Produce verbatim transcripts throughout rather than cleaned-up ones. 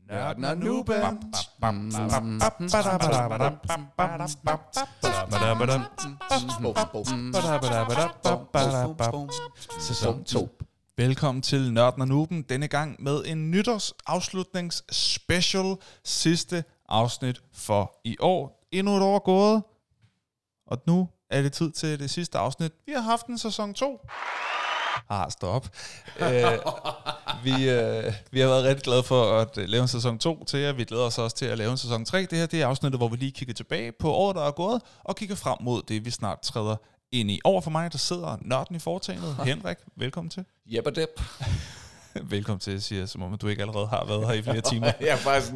Nørden og Nuben. Sæson to. Velkommen til Nørden og Nuben, denne gang med en nytårsafslutnings-special, sidste afsnit for i år. Endnu et år gået, og nu er det tid til det sidste afsnit. Vi har haft en sæson to. Ah, stop. Æ, vi, øh, vi har været rigtig glade for at lave en sæson to til jer. Vi glæder os også til at lave en sæson tre. Det her det er afsnittet, hvor vi lige kigger tilbage på året, der er gået, og kigger frem mod det, vi snart træder ind i. Over for mig, der sidder nørden i foretagendet. Henrik, velkommen til. Jepperdep. Velkommen til, siger jeg, som om du ikke allerede har været her i flere timer. Jeg er faktisk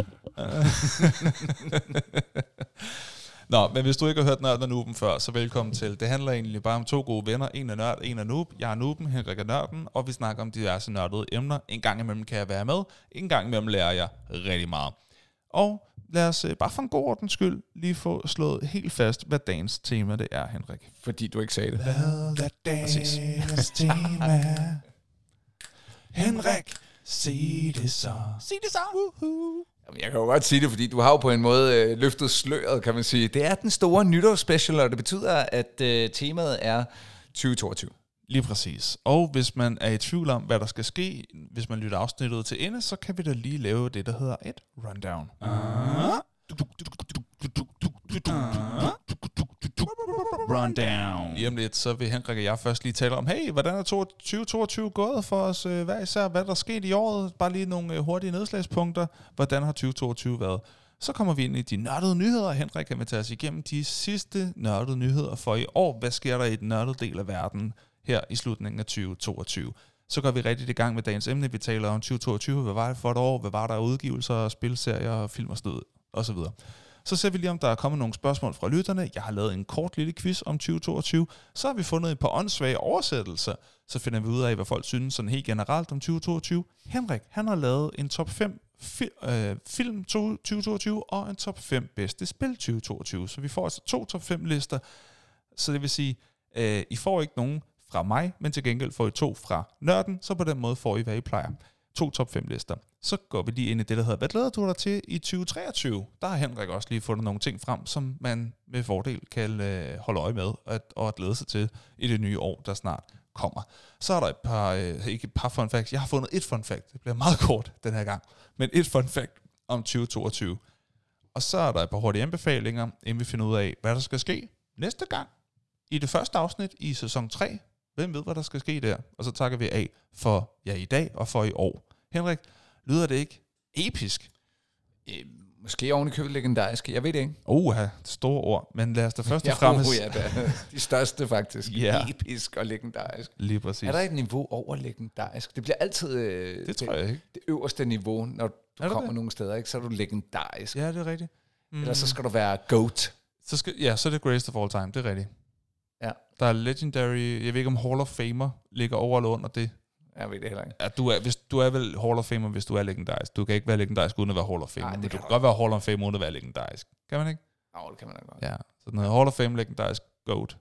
Nå, men hvis du ikke har hørt Nørden og Nuben før, så velkommen til. Det handler egentlig bare om to gode venner. En er nørd, en er noob. Jeg er nooben, Henrik er nørden, og vi snakker om diverse nørdede emner. En gang imellem kan jeg være med. En gang imellem lærer jeg rigtig meget. Og lad os bare for en god ordens skyld lige få slået helt fast, hvad dagens tema det er, Henrik. fordi du ikke sagde det. Hvad er dagens tema? Henrik, sig det så. Sig det så. Woohoo. Jamen, jeg kan jo godt sige det, fordi du har jo på en måde øh, løftet sløret, kan man sige. Det er den store nytårsspecial, og det betyder, at øh, temaet er tyve toogtyve. Lige præcis. Og hvis man er i tvivl om, hvad der skal ske, hvis man lytter afsnittet til ende, så kan vi da lige lave det, der hedder et rundown. Uh-huh. Rundown. Lige om lidt, så vil Henrik og jeg først lige tale om, hey, hvordan er tyve toogtyve gået for os øh, hver især? Hvad der er sket i året? Bare lige nogle øh, hurtige nedslagspunkter. Hvordan har tyve toogtyve været? Så kommer vi ind i de nørdede nyheder. Henrik kan vi tage os igennem de sidste nørdede nyheder for i år. Hvad sker der i den nørdede del af verden her i slutningen af tyve toogtyve? Så går vi rigtig i gang med dagens emne. Vi taler om tyve toogtyve. Hvad var det for et år? Hvad var der af udgivelser, spilserier, film og sådan noget, og så videre. Så ser vi lige, om der er kommet nogle spørgsmål fra lytterne. Jeg har lavet en kort lille quiz om tyve toogtyve. Så har vi fundet et par åndssvage oversættelser. Så finder vi ud af, hvad folk synes sådan helt generelt om tyve toogtyve. Henrik, han har lavet en top fem fi- øh, film tyve toogtyve og en top fem bedste spil tyve toogtyve. Så vi får altså to top fem lister. Så det vil sige, øh, I får ikke nogen fra mig, men til gengæld får I to fra nørden. Så på den måde får I, hvad I plejer. To top fem lister. Så går vi lige ind i det, der hedder, hvad glæder du dig til i tyve treogtyve? Der har Henrik også lige fundet nogle ting frem, som man med fordel kan øh, holde øje med at, og at glæde sig til i det nye år, der snart kommer. Så er der et par, øh, ikke et par fun facts. Jeg har fundet et fun fact. Det bliver meget kort den her gang. Men et fun fact om tyve toogtyve. Og så er der et par hurtige anbefalinger, inden vi finder ud af, hvad der skal ske næste gang. I det første afsnit i sæson tre. Hvem ved, hvad der skal ske der? Og så takker vi af for ja, i dag og for i år. Henrik, lyder det ikke episk? Øh, måske oven i købet legendarisk. Jeg ved det ikke. Oha, store ord. Men lad os da først og Ja, fremmest... oh, ja, det er de største faktisk. Ja. Episk og legendarisk. Lige præcis. Er der et niveau over legendarisk? Det bliver altid øh, Det tror jeg ikke. det øverste niveau, når du Er det kommer det? nogle steder. Ikke? Så er du legendarisk. Ja, det er rigtigt. Mm. Eller så skal du være GOAT. Så skal, ja, så er det greatest of all time. Det er rigtigt. Ja. Der er legendary... Jeg ved ikke, om Hall of Famer ligger over eller under det. Jeg ved det heller ikke. Ja, du, er, hvis, du er vel Hall of Famer, hvis du er legendarisk. Du kan ikke være legendarisk uden at være Hall of Famer. Nej, det men kan du du kan godt være Hall of Famer uden at være legendarisk. Kan man ikke? Nå, det kan man da godt. Ja, så den hedder Hall of Fame legendarisk GOAT.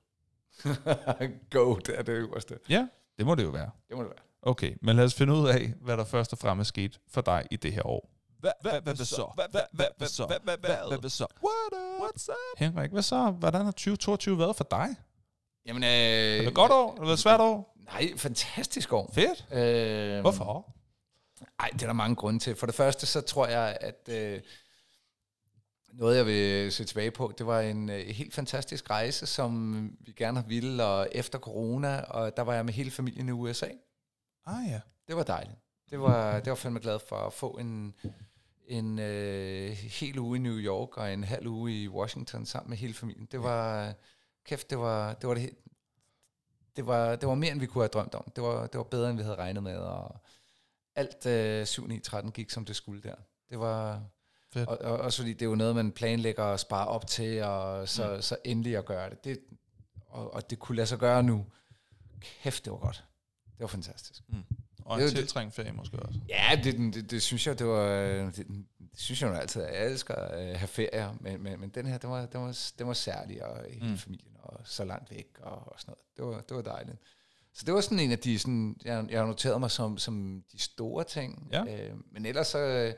GOAT er det øverste. Ja, det må det jo være. Det må det være. Okay, men lad os finde ud af, hvad der først og fremmest skete for dig i det her år. Hvad så? Hvad så? Hvad så? What's up? Henrik, hvad så? Hvordan har tyve toogtyve været for dig? Jamen, øh, Er det et godt år? Eller et svært år? Nej, fantastisk år. Fedt. Øh, Hvorfor? Ej, det er der mange grunde til. For det første, så tror jeg, at øh, noget, jeg vil se tilbage på, det var en øh, helt fantastisk rejse, som vi gerne har ville, og efter corona, og der var jeg med hele familien i U S A. Ah ja. Det var dejligt. Det var, det var fandme glad for at få en, en øh, hel uge i New York, og en halv uge i Washington sammen med hele familien. Det var, kæft, det var det var det helt, det var, det var mere, end vi kunne have drømt om. Det var, det var bedre, end vi havde regnet med, og alt øh, syv ni tretten gik, som det skulle der. Det var... Fedt. Og, og, også fordi det er jo noget, man planlægger og sparer op til, og så, mm. så endelig at gøre det. det og, og det kunne lade sig gøre nu. Kæft, det var godt. Det var fantastisk. Mm. Og Det en er jo tiltrængt ferie måske også. Ja, det, det, det synes jeg, det var... Det, det synes jeg jo altid, at jeg elsker at have ferier, men, men, men den her, den var, den var, den var særlig, og hele Mm. familien, og så langt væk, og, og sådan noget. Det var, det var dejligt. Så det var sådan en af de, sådan, jeg, jeg har noteret mig som, som de store ting. Ja. Øh, men ellers så,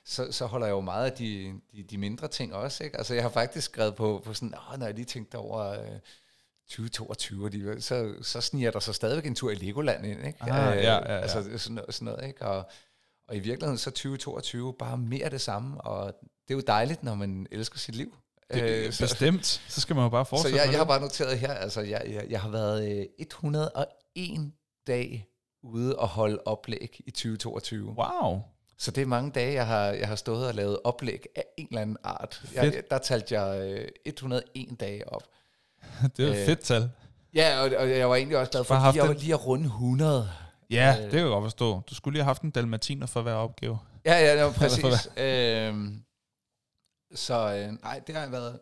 så, så holder jeg jo meget af de, de, de mindre ting også, ikke? Altså, jeg har faktisk skrevet på, på sådan, åh, når jeg lige tænkte over øh, tyve toogtyve, alligevel, så, så sniger der så stadigvæk en tur i Legoland ind, ikke? Ah, ja, ja, ja. Altså, sådan noget, sådan noget, ikke? Og, og i virkeligheden så tyve toogtyve bare mere det samme, og det er jo dejligt, når man elsker sit liv. Det, øh, så, bestemt. Så skal man jo bare fortsætte. Så jeg, jeg har bare noteret her, altså jeg, jeg, jeg har været øh, et hundrede og en dag ude og holde oplæg i tyve toogtyve. Wow. Så det er mange dage, jeg har, jeg har stået og lavet oplæg af en eller anden art. Jeg, der talte jeg øh, et hundrede og en dage op. Det er jo et fedt tal. Ja, og, og jeg var egentlig også glad for, lige, at, lige at runde hundrede. Ja, øh, det kan jeg godt forstå. Du skulle lige have haft en dalmatiner for hver opgave. Ja, ja, det var præcis. øhm, så øh, nej, det har jeg været...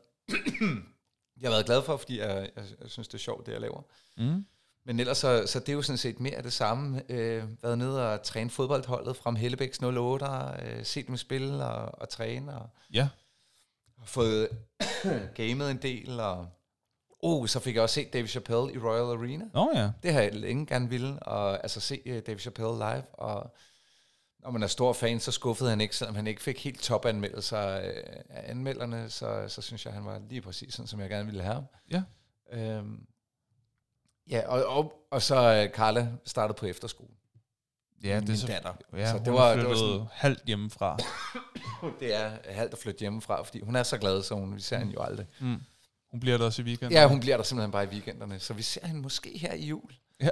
jeg har været glad for, fordi jeg, jeg, jeg synes, det er sjovt, det jeg laver. Mm. Men ellers, så, så det er jo sådan set mere af det samme. Øh, været nede og træne fodboldholdet fra Hellebæks nul otte, øh, set dem spille og, og træne. Og, ja. og fået gamet en del. Og oh, så fik jeg også set Dave Chappelle i Royal Arena. Nå oh, ja. Det har jeg længe gerne ville. Og altså se uh, Dave Chappelle live. Og når man er stor fan, så skuffede han ikke, selvom han ikke fik helt topanmeldelser af anmelderne. Så, så synes jeg, han var lige præcis sådan, som jeg gerne ville have ham. Ja. Øhm, Ja, og, og, og så uh, Carla startede på efterskole. Ja, det er så datter. Ja, så det det var, var, det var sådan, halvt hjemmefra. det er halvt at flytte hjemmefra, fordi hun er så glad, så hun, vi ser hende jo aldrig. Mm. Hun bliver der også i weekenden? Ja, hun bliver der simpelthen bare i weekenderne, så vi ser hende måske her i jul. Ja.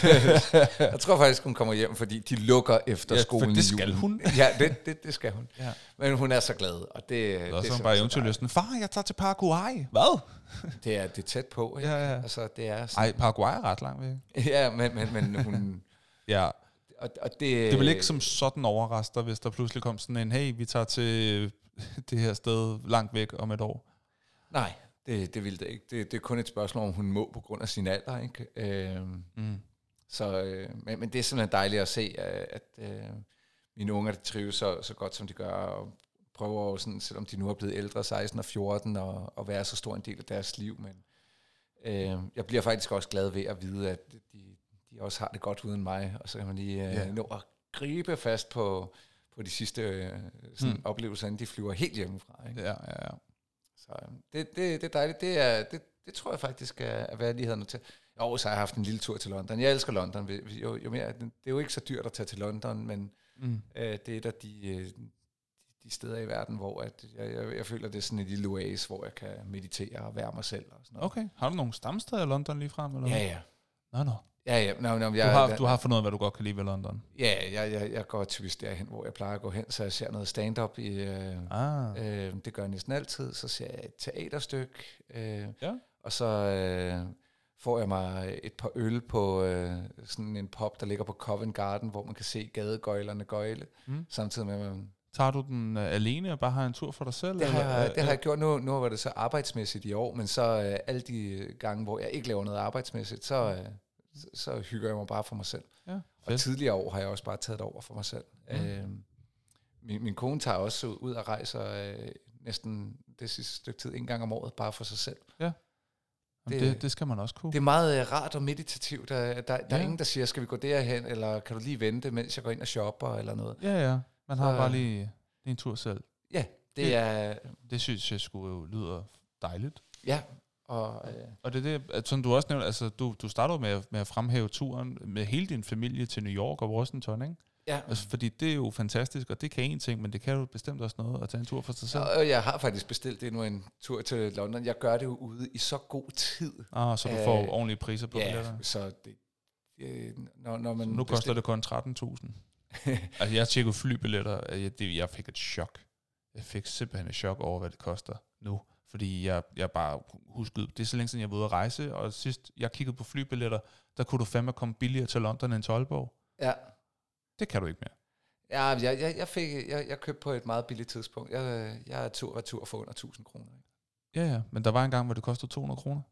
Jeg tror faktisk, hun kommer hjem, fordi de lukker efter ja, skolen i jul. det skal hun. Ja, det, det, det skal hun. Ja. Men hun er så glad, og det, det er det så bare eventyrlysten. Far, jeg tager til Paraguay. Hvad? Det er, det er tæt på, ikke? Ja, ja. Altså, det er sådan, ej, Paraguay er ret langt væk. Ja, men, men, men hun... ja. Og, og det, det vil ikke som sådan overraske, hvis der pludselig kom sådan en, hey, vi tager til det her sted langt væk om et år. Nej, det, det vil det ikke. Det, det er kun et spørgsmål, om hun må på grund af sin alder, ikke? Øhm, mm. Så, øh, men, men det er simpelthen dejligt at se, at, at øh, mine unger de trives så, så godt, som de gør, og prøver jo sådan, selvom de nu er blevet ældre, seksten og fjorten, og, og være så stor en del af deres liv. Men øh, jeg bliver faktisk også glad ved at vide, at de, de også har det godt uden mig, og så kan man lige øh, yeah. nå at gribe fast på, på de sidste øh, sådan, mm. oplevelser, inden de flyver helt hjemmefra. Ikke? Ja, ja, ja. Så øh, det, det, det er dejligt. Det, er, det, det tror jeg faktisk er, er hvad jeg lige havde noteret. Jo, så har jeg haft en lille tur til London. Jeg elsker London. Jo, jo mere, det er jo ikke så dyrt at tage til London, men mm. øh, det er et af de, øh, de steder i verden, hvor at jeg, jeg, jeg føler, det er sådan et lille oase, hvor jeg kan meditere og være mig selv. Og sådan noget. Okay. Har du nogle stamsteder i London lige frem? Eller? Ja, ja. Nå, nå. Ja, ja. No, no, jeg, du, har, du har fundet ud af, hvad du godt kan lide ved London? Ja, jeg, jeg, jeg går typisk derhen, hvor jeg plejer at gå hen, så jeg ser noget stand-up. I, øh, ah. øh, det gør jeg næsten altid. Så ser jeg et teaterstykke. Øh, ja. Og så... Øh, får jeg mig et par øl på øh, sådan en pub, der ligger på Covent Garden, hvor man kan se gadegøjlerne gøjle, mm. samtidig med, at man... Tager du den uh, alene og bare har en tur for dig selv? Det har, eller? jeg, det har jeg gjort. Nu, nu var det så arbejdsmæssigt i år, men så øh, alle de gange, hvor jeg ikke laver noget arbejdsmæssigt, så, øh, så, så hygger jeg mig bare for mig selv. Ja, og tidligere år har jeg også bare taget det over for mig selv. Mm. Øh, min, min kone tager også ud og rejser øh, næsten det sidste stykke tid, en gang om året, bare for sig selv. Ja. Det, det, det skal man også kunne. Det er meget uh, rart og meditativt. Der, der, der ja. er ingen, der siger, skal vi gå derhen, eller kan du lige vente, mens jeg går ind og shopper, eller noget. Ja, ja. Man har så, bare lige, lige en tur selv. Ja, det, det er... Det synes jeg sgu jo lyder dejligt. Ja. Og, øh, og det er det, som du også nævnte, altså du, du startede med, med at fremhæve turen med hele din familie til New York og Washington, ikke? Ja. Altså, fordi det er jo fantastisk, og det kan en ting, men det kan jo bestemt også noget at tage en tur for sig selv. Og jeg har faktisk bestilt endnu en tur til London. Jeg gør det jo ude i så god tid. Ah, så du får Æh, ordentlige priser på ja, billetter? Ja, så det... Øh, når, når man så nu koster det kun tretten tusind. Altså, jeg tjekkede flybilletter, jeg, det, jeg fik et chok. Jeg fik simpelthen et chok over, hvad det koster nu. Fordi jeg, jeg bare huskede, det er så længe siden, jeg var ude at rejse, og sidst jeg kiggede på flybilletter, der kunne du fandme komme billigere til London end til Aalborg. Ja. Det kan du ikke mere. Ja, jeg, jeg, jeg, fik, jeg, jeg købte på et meget billigt tidspunkt. Jeg, jeg er tur og tur for under tusind kroner. Ja, ja, men der var en gang, hvor det kostede to hundrede kroner.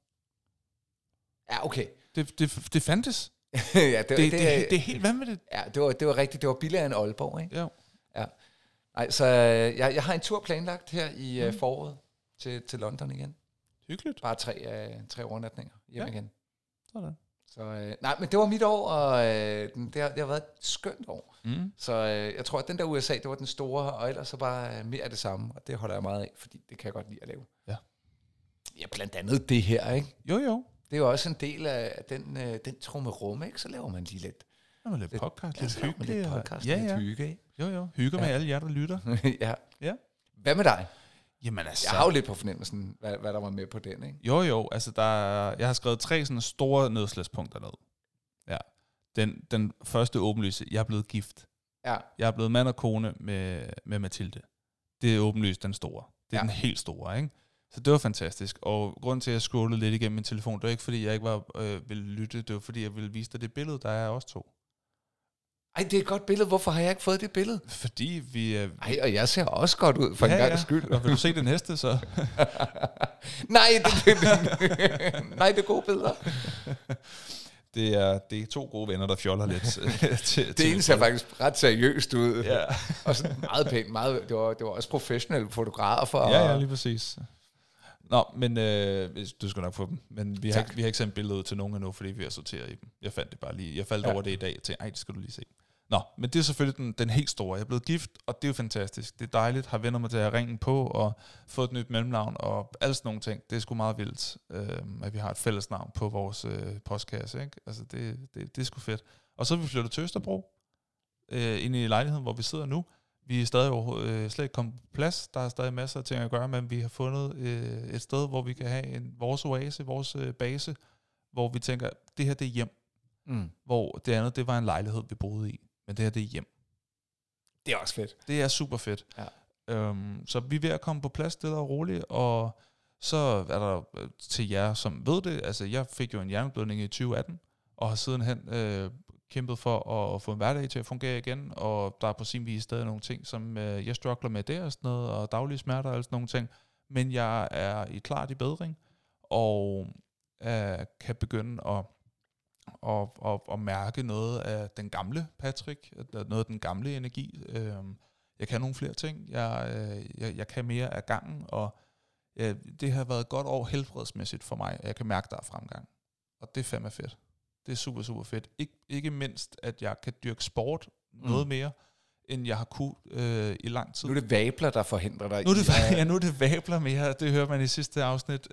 Ja, okay. Det, det, det fandtes. ja, det, det, det, det, det, det er helt vanvittigt. Ja, det var, det var rigtigt. Det var billigere end Aalborg, ikke? Ja. Ja. Ej, så jeg, jeg har en tur planlagt her i mm. foråret til, til London igen. Hyggeligt. Bare tre, uh, tre overnatninger hjem ja. igen. Sådan. Så, øh, nej, men det var mit år, og øh, det, har, det har været et skønt år. Mm. Så øh, jeg tror, at den der U S A, det var den store, og ellers så bare mere af det samme. Og det holder jeg meget af, fordi det kan jeg godt lide at lave. Ja. Ja, blandt andet det her, ikke? Jo, jo. Det er jo også en del af den, øh, den trummerum, ikke? Så laver man lige lidt... Jamen, lidt podcast, lidt, ja, lidt hyggeligt. Lidt podcast, ja, lidt ja. hygge, ikke? Jo, jo. Hygger ja. med alle jer, der lytter. ja. ja. Hvad med dig? Jamen altså... Jeg har jo lidt på fornemmelsen, hvad, hvad der var med på den, ikke? Jo, jo. Altså, der er, jeg har skrevet tre sådan store nedslagspunkter ned. Ja. Den, den første åbenlyse, jeg er blevet gift. Ja. Jeg er blevet mand og kone med, med Mathilde. Det er åbenlyst den store. Det er ja. den helt store, ikke? Så det var fantastisk. Og grunden til, at jeg scrollede lidt igennem min telefon, det var ikke, fordi jeg ikke var, øh, ville lytte. Det var, fordi jeg ville vise dig det billede, der er af os to. Ej, det er et godt billede. Hvorfor har jeg ikke fået det billede? Fordi vi... Øh, Ej, og jeg ser også godt ud, for ja, en gang ja. skyld. Og vil du se det næste, så? Nej, det, det, det, nej, det er gode billeder. Det er, det er to gode venner, der fjoller lidt. til, det ene ser faktisk ret seriøst ud. Ja. Og sådan meget pænt. Meget, det, var, det var også professionelle fotografer. Ja, ja, lige præcis. Nå, men øh, du skal nok få dem. Men vi har, ikke, vi har ikke sendt billeder ud til nogen endnu, fordi vi har sorteret i dem. Jeg fandt det bare lige. Jeg faldt ja. over det i dag og tænkte, ej, det skal du lige se. Nå, men det er selvfølgelig den, den helt store. Jeg er blevet gift, og det er jo fantastisk. Det er dejligt. Har venner mig til at have ringen på, og fået et nyt mellemnavn, og alle sådan nogle ting. Det er sgu meget vildt, øh, at vi har et fælles navn på vores øh, postkasse, ikke? Altså, det, det, det er sgu fedt. Og så er vi flyttet til Østerbro, øh, ind i lejligheden, hvor vi sidder nu. Vi er stadig øh, slet ikke kommet på plads. Der er stadig masser af ting at gøre, men vi har fundet øh, et sted, hvor vi kan have en, vores oase, vores øh, base, hvor vi tænker, det her det er hjem. Mm. Hvor det andet, det var en lejlighed, vi boede i. Men det her, det er hjem. Det er også fedt. Det er super fedt. Ja. Øhm, så vi er ved at komme på plads, stille og roligt, og så er der øh, til jer, som ved det, altså jeg fik jo en hjerneblødning i tyve atten, og har sidenhen øh, kæmpet for at få en hverdag til at fungere igen, og der er på sin vis stadig nogle ting, som øh, jeg struggler med der og sådan noget, og daglige smerter og sådan nogle ting, men jeg er i klart i bedring, og øh, kan begynde at Og, og, og mærke noget af den gamle Patrick, noget af den gamle energi. Jeg kan nogle flere ting. Jeg, jeg, jeg kan mere af gangen, og ja, det har været et godt år helbredsmæssigt for mig. Jeg kan mærke, der er fremgang. Og det er fandme fedt. Det er super, super fedt. Ik, ikke mindst, at jeg kan dyrke sport noget mm. mere, end jeg har kunnet øh, i lang tid. Nu er det vabler, der forhindrer dig. Nu er det, ja, nu er det vabler mere. Det hører man i sidste afsnit.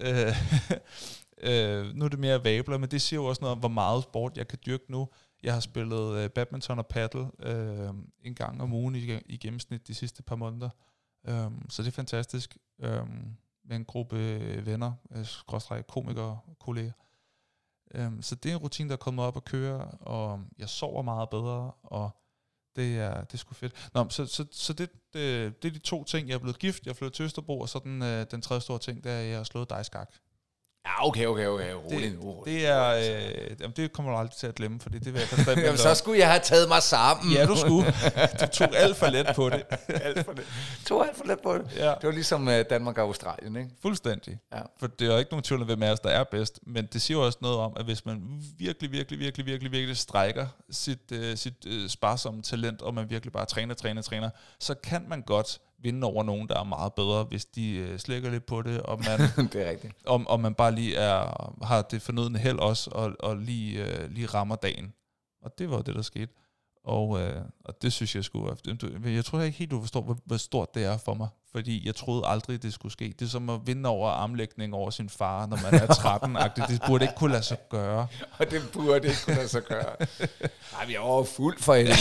Uh, nu er det mere vabler, men det siger jo også noget om, hvor meget sport jeg kan dyrke nu. Jeg har spillet uh, badminton og paddle uh, en gang om ugen i, i gennemsnit de sidste par måneder. Um, så det er fantastisk. Um, med en gruppe venner, uh, skråstreg komikere, kolleger. Um, så det er en rutine, der er kommet op at køre, og jeg sover meget bedre, og det er, det er sgu fedt. Nå, så så, så det, det, det er de to ting. Jeg er blevet gift, jeg er flyttet til Østerbro, og så den, uh, den tredje store ting, det er, at jeg har slået dig skak. Ja, okay, okay, okay. Rolig det, nu. Det, er, øh, jamen, det kommer du aldrig til at glemme, fordi det vil jeg bestemme. Jamen, så skulle jeg have taget mig sammen. Ja, du skulle. Du tog alt for let på det. alt for let. tog alt for let på det. Ja. Det var ligesom uh, Danmark og Australien, ikke? Fuldstændig. Ja. For det er ikke nogen tvivl om, hvem af os, der er bedst. Men det siger jo også noget om, at hvis man virkelig, virkelig, virkelig, virkelig, virkelig strækker sit, uh, sit uh, sparsomme talent, og man virkelig bare træner, træner, træner, så kan man godt vinde over nogen, der er meget bedre, hvis de øh, slækker lidt på det, og man, det er rigtigt. Og, og man bare lige er, har det fornødne held også, og, og lige, øh, lige rammer dagen. Og det var det, der skete. Og, øh, og det synes jeg skulle være... Jeg tror ikke helt, du forstår, hvor, hvor stort det er for mig. Fordi jeg troede aldrig, det skulle ske. Det er som at vinde over armlægning over sin far, når man er tretten-agtig. Det burde ikke kunne lade sig gøre. Og det burde ikke kunne lade sig gøre. Nej, vi er over fuld for helvede.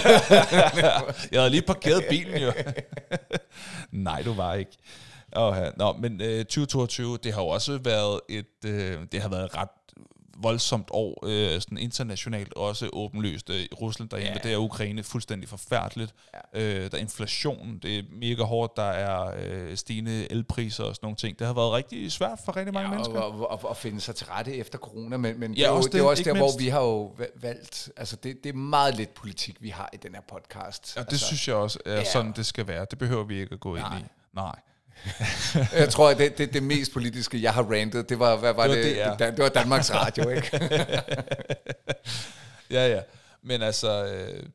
Jeg havde lige parkeret bilen, jo. Nej, du var ikke. Oh, ja. Nå, men øh, tyve toogtyve, det har jo også været et... Øh, det har været ret voldsomt år, øh, sådan internationalt også åbenlyst. Øh, Rusland, der yeah. invaderer Ukraine, fuldstændig forfærdeligt. Yeah. Øh, der er inflation, det er mega hårdt, der er øh, stigende elpriser og sådan nogle ting. Det har været rigtig svært for rigtig mange ja, mennesker. Og, og, og finde sig til rette efter corona, men, men ja, det, er jo, også det er også der, mindst. hvor vi har jo valgt, altså det, det er meget lidt politik, vi har i den her podcast. Ja, det altså, synes jeg også er ja. sådan, det skal være. Det behøver vi ikke at gå Nej. ind i. Nej. Jeg tror, at det, det, det mest politiske, jeg har rantet, det var, hvad var det? Det var, det, det var Danmarks Radio, ikke? ja, ja. Men altså, øh,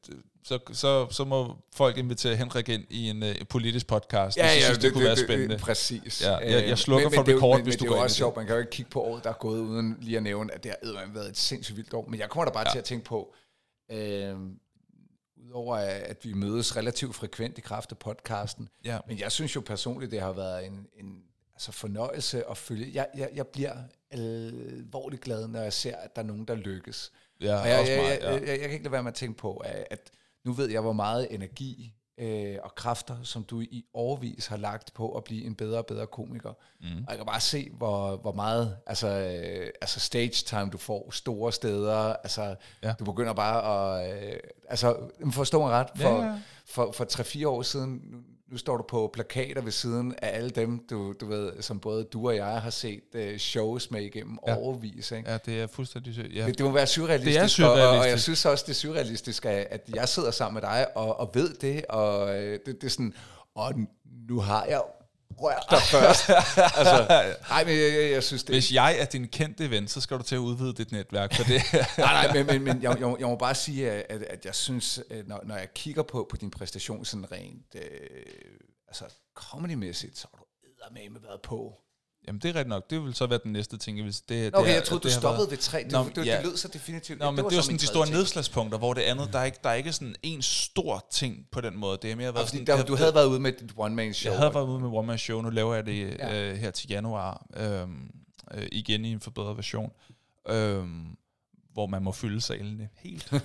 så, så, så må folk invitere Henrik ind i en uh, politisk podcast. Ja, ja, jeg synes, det, det, kunne det, være det, spændende. Det, præcis. Ja, jeg, jeg slukker men, for men record, det, hvis men du det går er jo ind også i sjovt, man kan jo ikke kigge på året, der er gået, uden lige at nævne, at det har været et sindssygt vildt år. Men jeg kommer da bare ja. til at tænke på, øh, udover at vi mødes relativt frekvent i kraft af podcasten, ja. men jeg synes jo personligt, det har været en, en altså fornøjelse at følge. Jeg, jeg, jeg bliver alvorligt glad, når jeg ser, at der er nogen, der lykkes. Ja, og jeg, også jeg, meget, jeg, ja. jeg, jeg, jeg kan ikke lade være med at tænke på, at, at nu ved jeg, hvor meget energi øh, og kræfter, som du i årevis har lagt på at blive en bedre og bedre komiker. Mm. Og jeg kan bare se, hvor, hvor meget altså, øh, altså stage time du får, store steder. Altså, ja. Du begynder bare at... Øh, altså, forstå mig ret, for, ja, ja. for, for tre-fire år siden... Nu, Nu står du på plakater ved siden af alle dem, du, du ved, som både du og jeg har set uh, shows med igennem ja. overvis. Ikke? Ja, det er fuldstændig sø- ja. det, det må være surrealistisk, det er surrealistisk. Og, og jeg synes også, det er surrealistisk, at jeg sidder sammen med dig og, og ved det, og uh, det, det er sådan, og nu har jeg rørt dig først. altså, nej, men jeg, jeg, jeg synes det. Hvis jeg er din kendte ven, så skal du til at udvide dit netværk for det. nej, nej, men, men, men jeg, jeg, jeg må bare sige, at, at jeg synes, når, når jeg kigger på, på din præstation sådan rent... Øh, altså, comedy-mæssigt, så har du eddermame været på. Jamen, det er rigtigt nok. Det vil så være den næste ting. Det, det okay, er, jeg troede, du stoppede været... ved tre. Det, Nå, det, ja. det lød så definitivt. Nå, men det, det er jo sådan de store ting. Nedslagspunkter, hvor det andet, der er ikke, der er ikke sådan en stor ting på den måde. Det er mere været sådan, der, der, du havde været ude med et one-man-show. Jeg havde været ude med et one-man-show. Nu laver jeg det ja. øh, her til januar. Øh, øh, igen i en forbedret version. Øh, hvor man må fylde salen helt.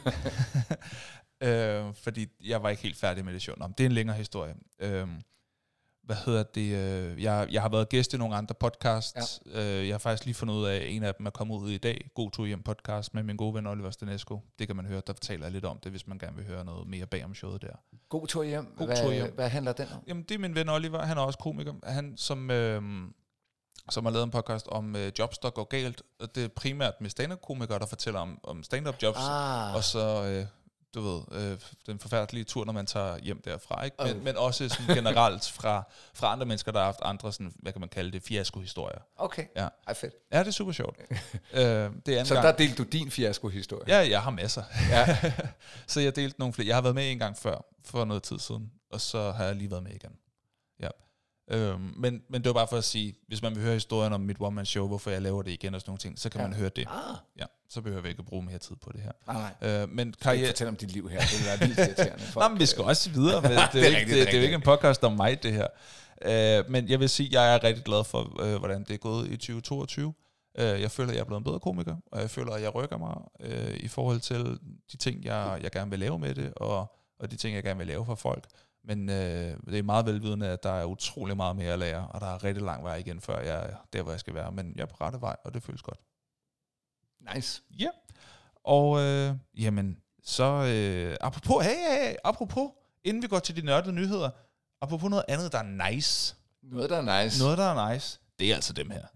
øh, fordi jeg var ikke helt færdig med det show. Nå, det er en længere historie. Øh, Hvad hedder det? Jeg, jeg har været gæst i nogle andre podcasts. Ja. Jeg har faktisk lige fundet ud af, at en af dem er kommet ud i dag. God tur hjem podcast med min gode ven Oliver Stanesco. Det kan man høre, der fortæller jeg lidt om det, hvis man gerne vil høre noget mere bag om showet der. God tur hjem? God hvad, tur hjem. Hvad handler den om? Jamen, det er min ven Oliver. Han er også komiker. Han, som, øh, som har lavet en podcast om øh, jobs, der går galt. Det er primært med stand-up-komikere, der fortæller om, om stand-up-jobs. Ah. Og så... Øh, du ved, øh, den forfærdelige tur, når man tager hjem derfra, ikke? Men, oh. men også sådan generelt fra, fra andre mennesker, der har haft andre, sådan, hvad kan man kalde det, fiasko-historier. Okay, ja. Ej, fedt. Ja, det er super sjovt. øh, det er så gang. Der delte du din fiasko-historie? Ja, jeg har masser. Ja. Så jeg delte nogle flere. Jeg har været med en gang før, for noget tid siden, og så har jeg lige været med igen. Ja. Øhm, men, men det var bare for at sige, hvis man vil høre historien om mit one-man-show, hvorfor jeg laver det igen og sådan nogle ting, så kan ja. man høre det. Ah. Ja, så behøver vi ikke at bruge mere tid på det her. Nej, nej. Øh, men kan jeg fortælle om dit liv her? Det vil være vildt irriterende. Nej, men vi skal også videre. Men det, er det, er ikke, det, det er jo ikke en podcast om mig, det her. Øh, men jeg vil sige, at jeg er rigtig glad for, øh, hvordan det er gået i tyve toogtyve. Øh, jeg føler, at jeg er blevet en bedre komiker, og jeg føler, at jeg rykker mig øh, i forhold til de ting, jeg, jeg gerne vil lave med det, og, og de ting, jeg gerne vil lave for folk. Men øh, det er meget velvidende, at der er utrolig meget mere at lære, og der er rigtig lang vej igen, før jeg er der, hvor jeg skal være. Men jeg er på rette vej, og det føles godt. Nice. Ja. Yeah. Og øh, jamen, så øh, apropos, hey, hey, hey, apropos, inden vi går til de nørdede nyheder, apropos noget andet, der er nice. Noget, der er nice. Noget, der er nice. Det er altså dem her.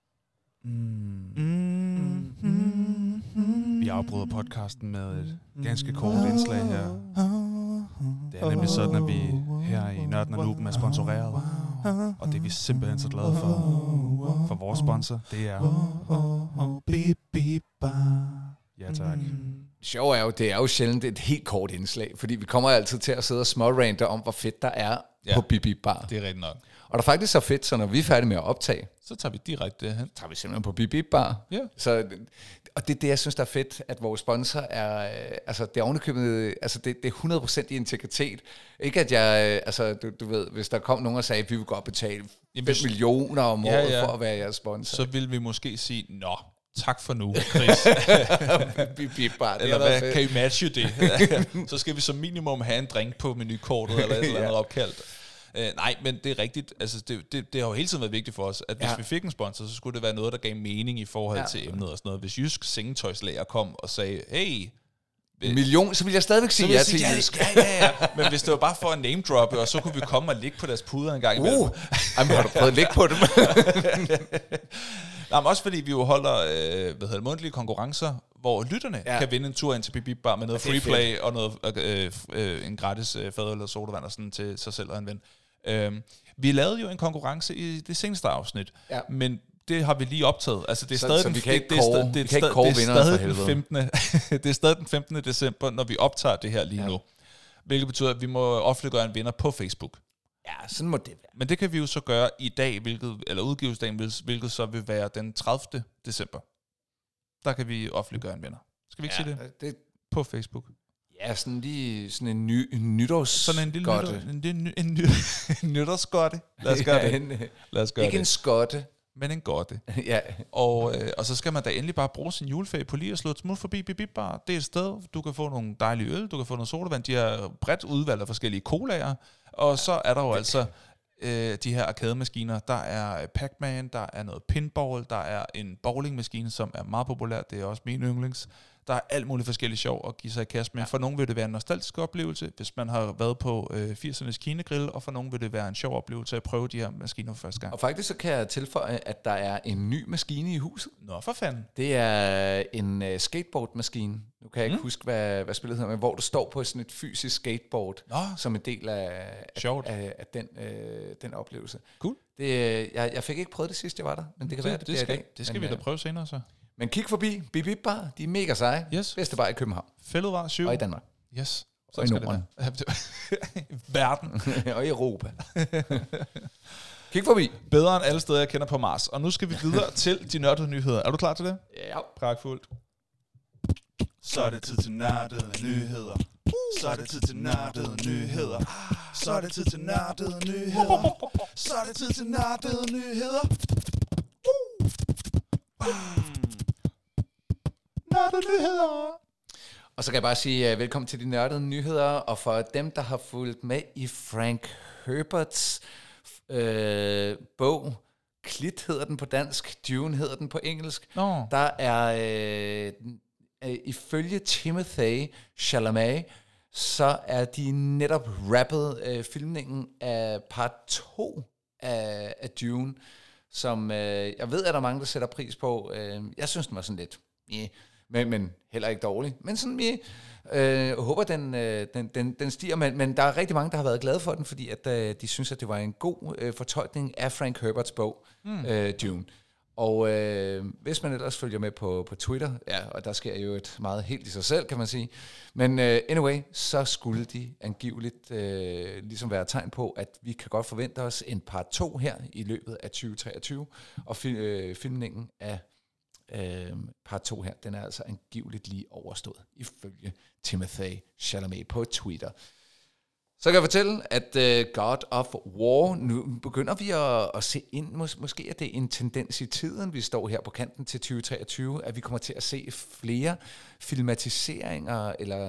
Mm. Mm. Mm. Vi afbryder podcasten med et ganske kort indslag her. Det er nemlig sådan, at vi her i Nørden og Nuben er sponsoreret. Og det er vi simpelthen så glade for. For vores sponsor, det er... Ja, tak. Sjov er jo, det er jo sjældent et helt kort indslag, fordi vi kommer altid til at sidde og smårante om, hvor fedt der er ja, på Bip Bip Bar. Det er rigtigt nok. Og der er faktisk så fedt, så når vi er færdige med at optage, så tager vi direkte det her. Så tager vi simpelthen på Bip Bip Bar. Ja. Så, og det er det, jeg synes, der er fedt, at vores sponsor er, altså det er ovenikøbet, altså det, det er hundrede procent i integritet. Ikke at jeg, altså du, du ved, hvis der kom nogen og sagde, at vi vil godt betale fem millioner om året ja, ja. for at være jeres sponsor. Så vil vi måske sige, nå, tak for nu, Chris. Bip Bip Bar. Eller hvad, fedt. Kan I matche det? Så skal vi som minimum have en drink på menukortet, eller et eller andet ja. opkaldt. Uh, nej, men det er rigtigt. Altså, det, det, det har jo hele tiden været vigtigt for os, at hvis ja. vi fik en sponsor, så skulle det være noget, der gav mening i forhold ja. til emnet og sådan noget. Hvis Jysk Sengetøjslager kom og sagde, hey... En million, så ville jeg stadigvæk sige ja til Jysk. Ja, ja, ja. Men hvis det var bare for at name droppe, og så kunne vi komme og ligge på deres puder en gang imellem. Uh, jamen, har du prøvet at ligge på dem? Nej, men også fordi vi jo holder øh, hvad hedder, mundtlige konkurrencer, hvor lytterne ja. kan vinde en tur ind til Bip Bip Bar med noget free play og noget, øh, øh, en gratis øh, fadøl eller sodavand og sådan til sig selv og en ven. Øhm, vi lavede jo en konkurrence i det seneste afsnit, ja. men det har vi lige optaget. Altså det er stadig den femtende Det er stadig den femtende december, når vi optager det her lige ja. nu. Hvilket betyder, at vi må offentliggøre en vinder på Facebook. Ja, sådan må det være. Men det kan vi jo så gøre i dag, hvilket, eller udgivelsesdagen, hvilket så vil være den tredivte december. Der kan vi offentliggøre en vinder. Skal vi ikke ja, sige det? det? På Facebook. Ja, sådan lige sådan en, ny, en nytårs Sådan en lille skotte. nytår, en, en, en, ny, en nytårsskotte. Lad os gøre ja, det. En, Lad os gøre ikke det. en skotte. Men en godte. ja. Og, øh, og så skal man da endelig bare bruge sin juleferie på lige at slå et smut forbi Bip Bip Bar. Det er et sted, du kan få nogle dejlige øl, du kan få noget sodavand, de har bredt udvalg af forskellige colaer, og så er der jo altså øh, de her arcade-maskiner. Der er Pac-Man, der er noget pinball, der er en bowlingmaskine, som er meget populær, det er også min yndlings. Der er alt muligt forskelligt sjov at give sig i kast med. Ja. For nogen vil det være en nostalgisk oplevelse, hvis man har været på øh, firsernes kinegrill, og for nogen vil det være en sjov oplevelse at prøve de her maskiner for første gang. Og faktisk så kan jeg tilføje, at der er en ny maskine i huset. Nå, for fanden. Det er en uh, skateboardmaskine. Nu kan jeg ikke mm. huske, hvad, hvad spillet hedder, men hvor du står på sådan et fysisk skateboard, Nå. som en del af, af, af, af den, øh, den oplevelse. Cool. Det, jeg, jeg fik ikke prøvet det sidst, jeg var der, men det kan det, være, det, det, det skal, i dag. det skal men, vi da prøve senere så. Men kig forbi Bip Bip Bar, de er mega seje. Yes. Bedste bar i København. Fælledvej syv. Og i Danmark. Yes. Og i Norden. Verden. Og i Europa. Kig forbi. Bedre end alle steder, jeg kender på Mars. Og nu skal vi videre til de nørdede nyheder. Er du klar til det? Ja. Pragtfuldt. Så er det tid til nørdede nyheder. Så er det tid til nørdede nyheder. Så er det tid til nørdede nyheder. Så er det tid til nørdede nyheder. Nørdede nyheder. Og så kan jeg bare sige uh, velkommen til de nørdede nyheder. Og for dem, der har fulgt med i Frank Herberts øh, bog, Klit hedder den på dansk, Dune hedder den på engelsk, Nå. der er øh, øh, ifølge Timothée Chalamet, så er de netop rappet øh, filmningen af part to af, af Dune, som øh, jeg ved, at der er mange, der sætter pris på. Øh, jeg synes, den var sådan lidt, yeah, men, men heller ikke dårlig. Men sådan, yeah, øh, jeg håber, den, øh, den, den, den stiger. Men, men der er rigtig mange, der har været glade for den, fordi at, øh, de synes, at det var en god øh, fortolkning af Frank Herberts bog, mm. øh, Dune. Og øh, hvis man ellers følger med på, på Twitter, ja, og der sker jo et meget helt i sig selv, kan man sige. Men øh, anyway, så skulle de angiveligt øh, ligesom være tegn på, at vi kan godt forvente os en part to her i løbet af tyve treogtyve. Og fi- øh, filmningen af øh, part to her, den er altså angiveligt lige overstået, ifølge Timothée Chalamet på Twitter. Så kan jeg fortælle, at uh, God of War, nu begynder vi at, at se ind, mås- måske er det en tendens i tiden, vi står her på kanten til tyve treogtyve, at vi kommer til at se flere filmatiseringer eller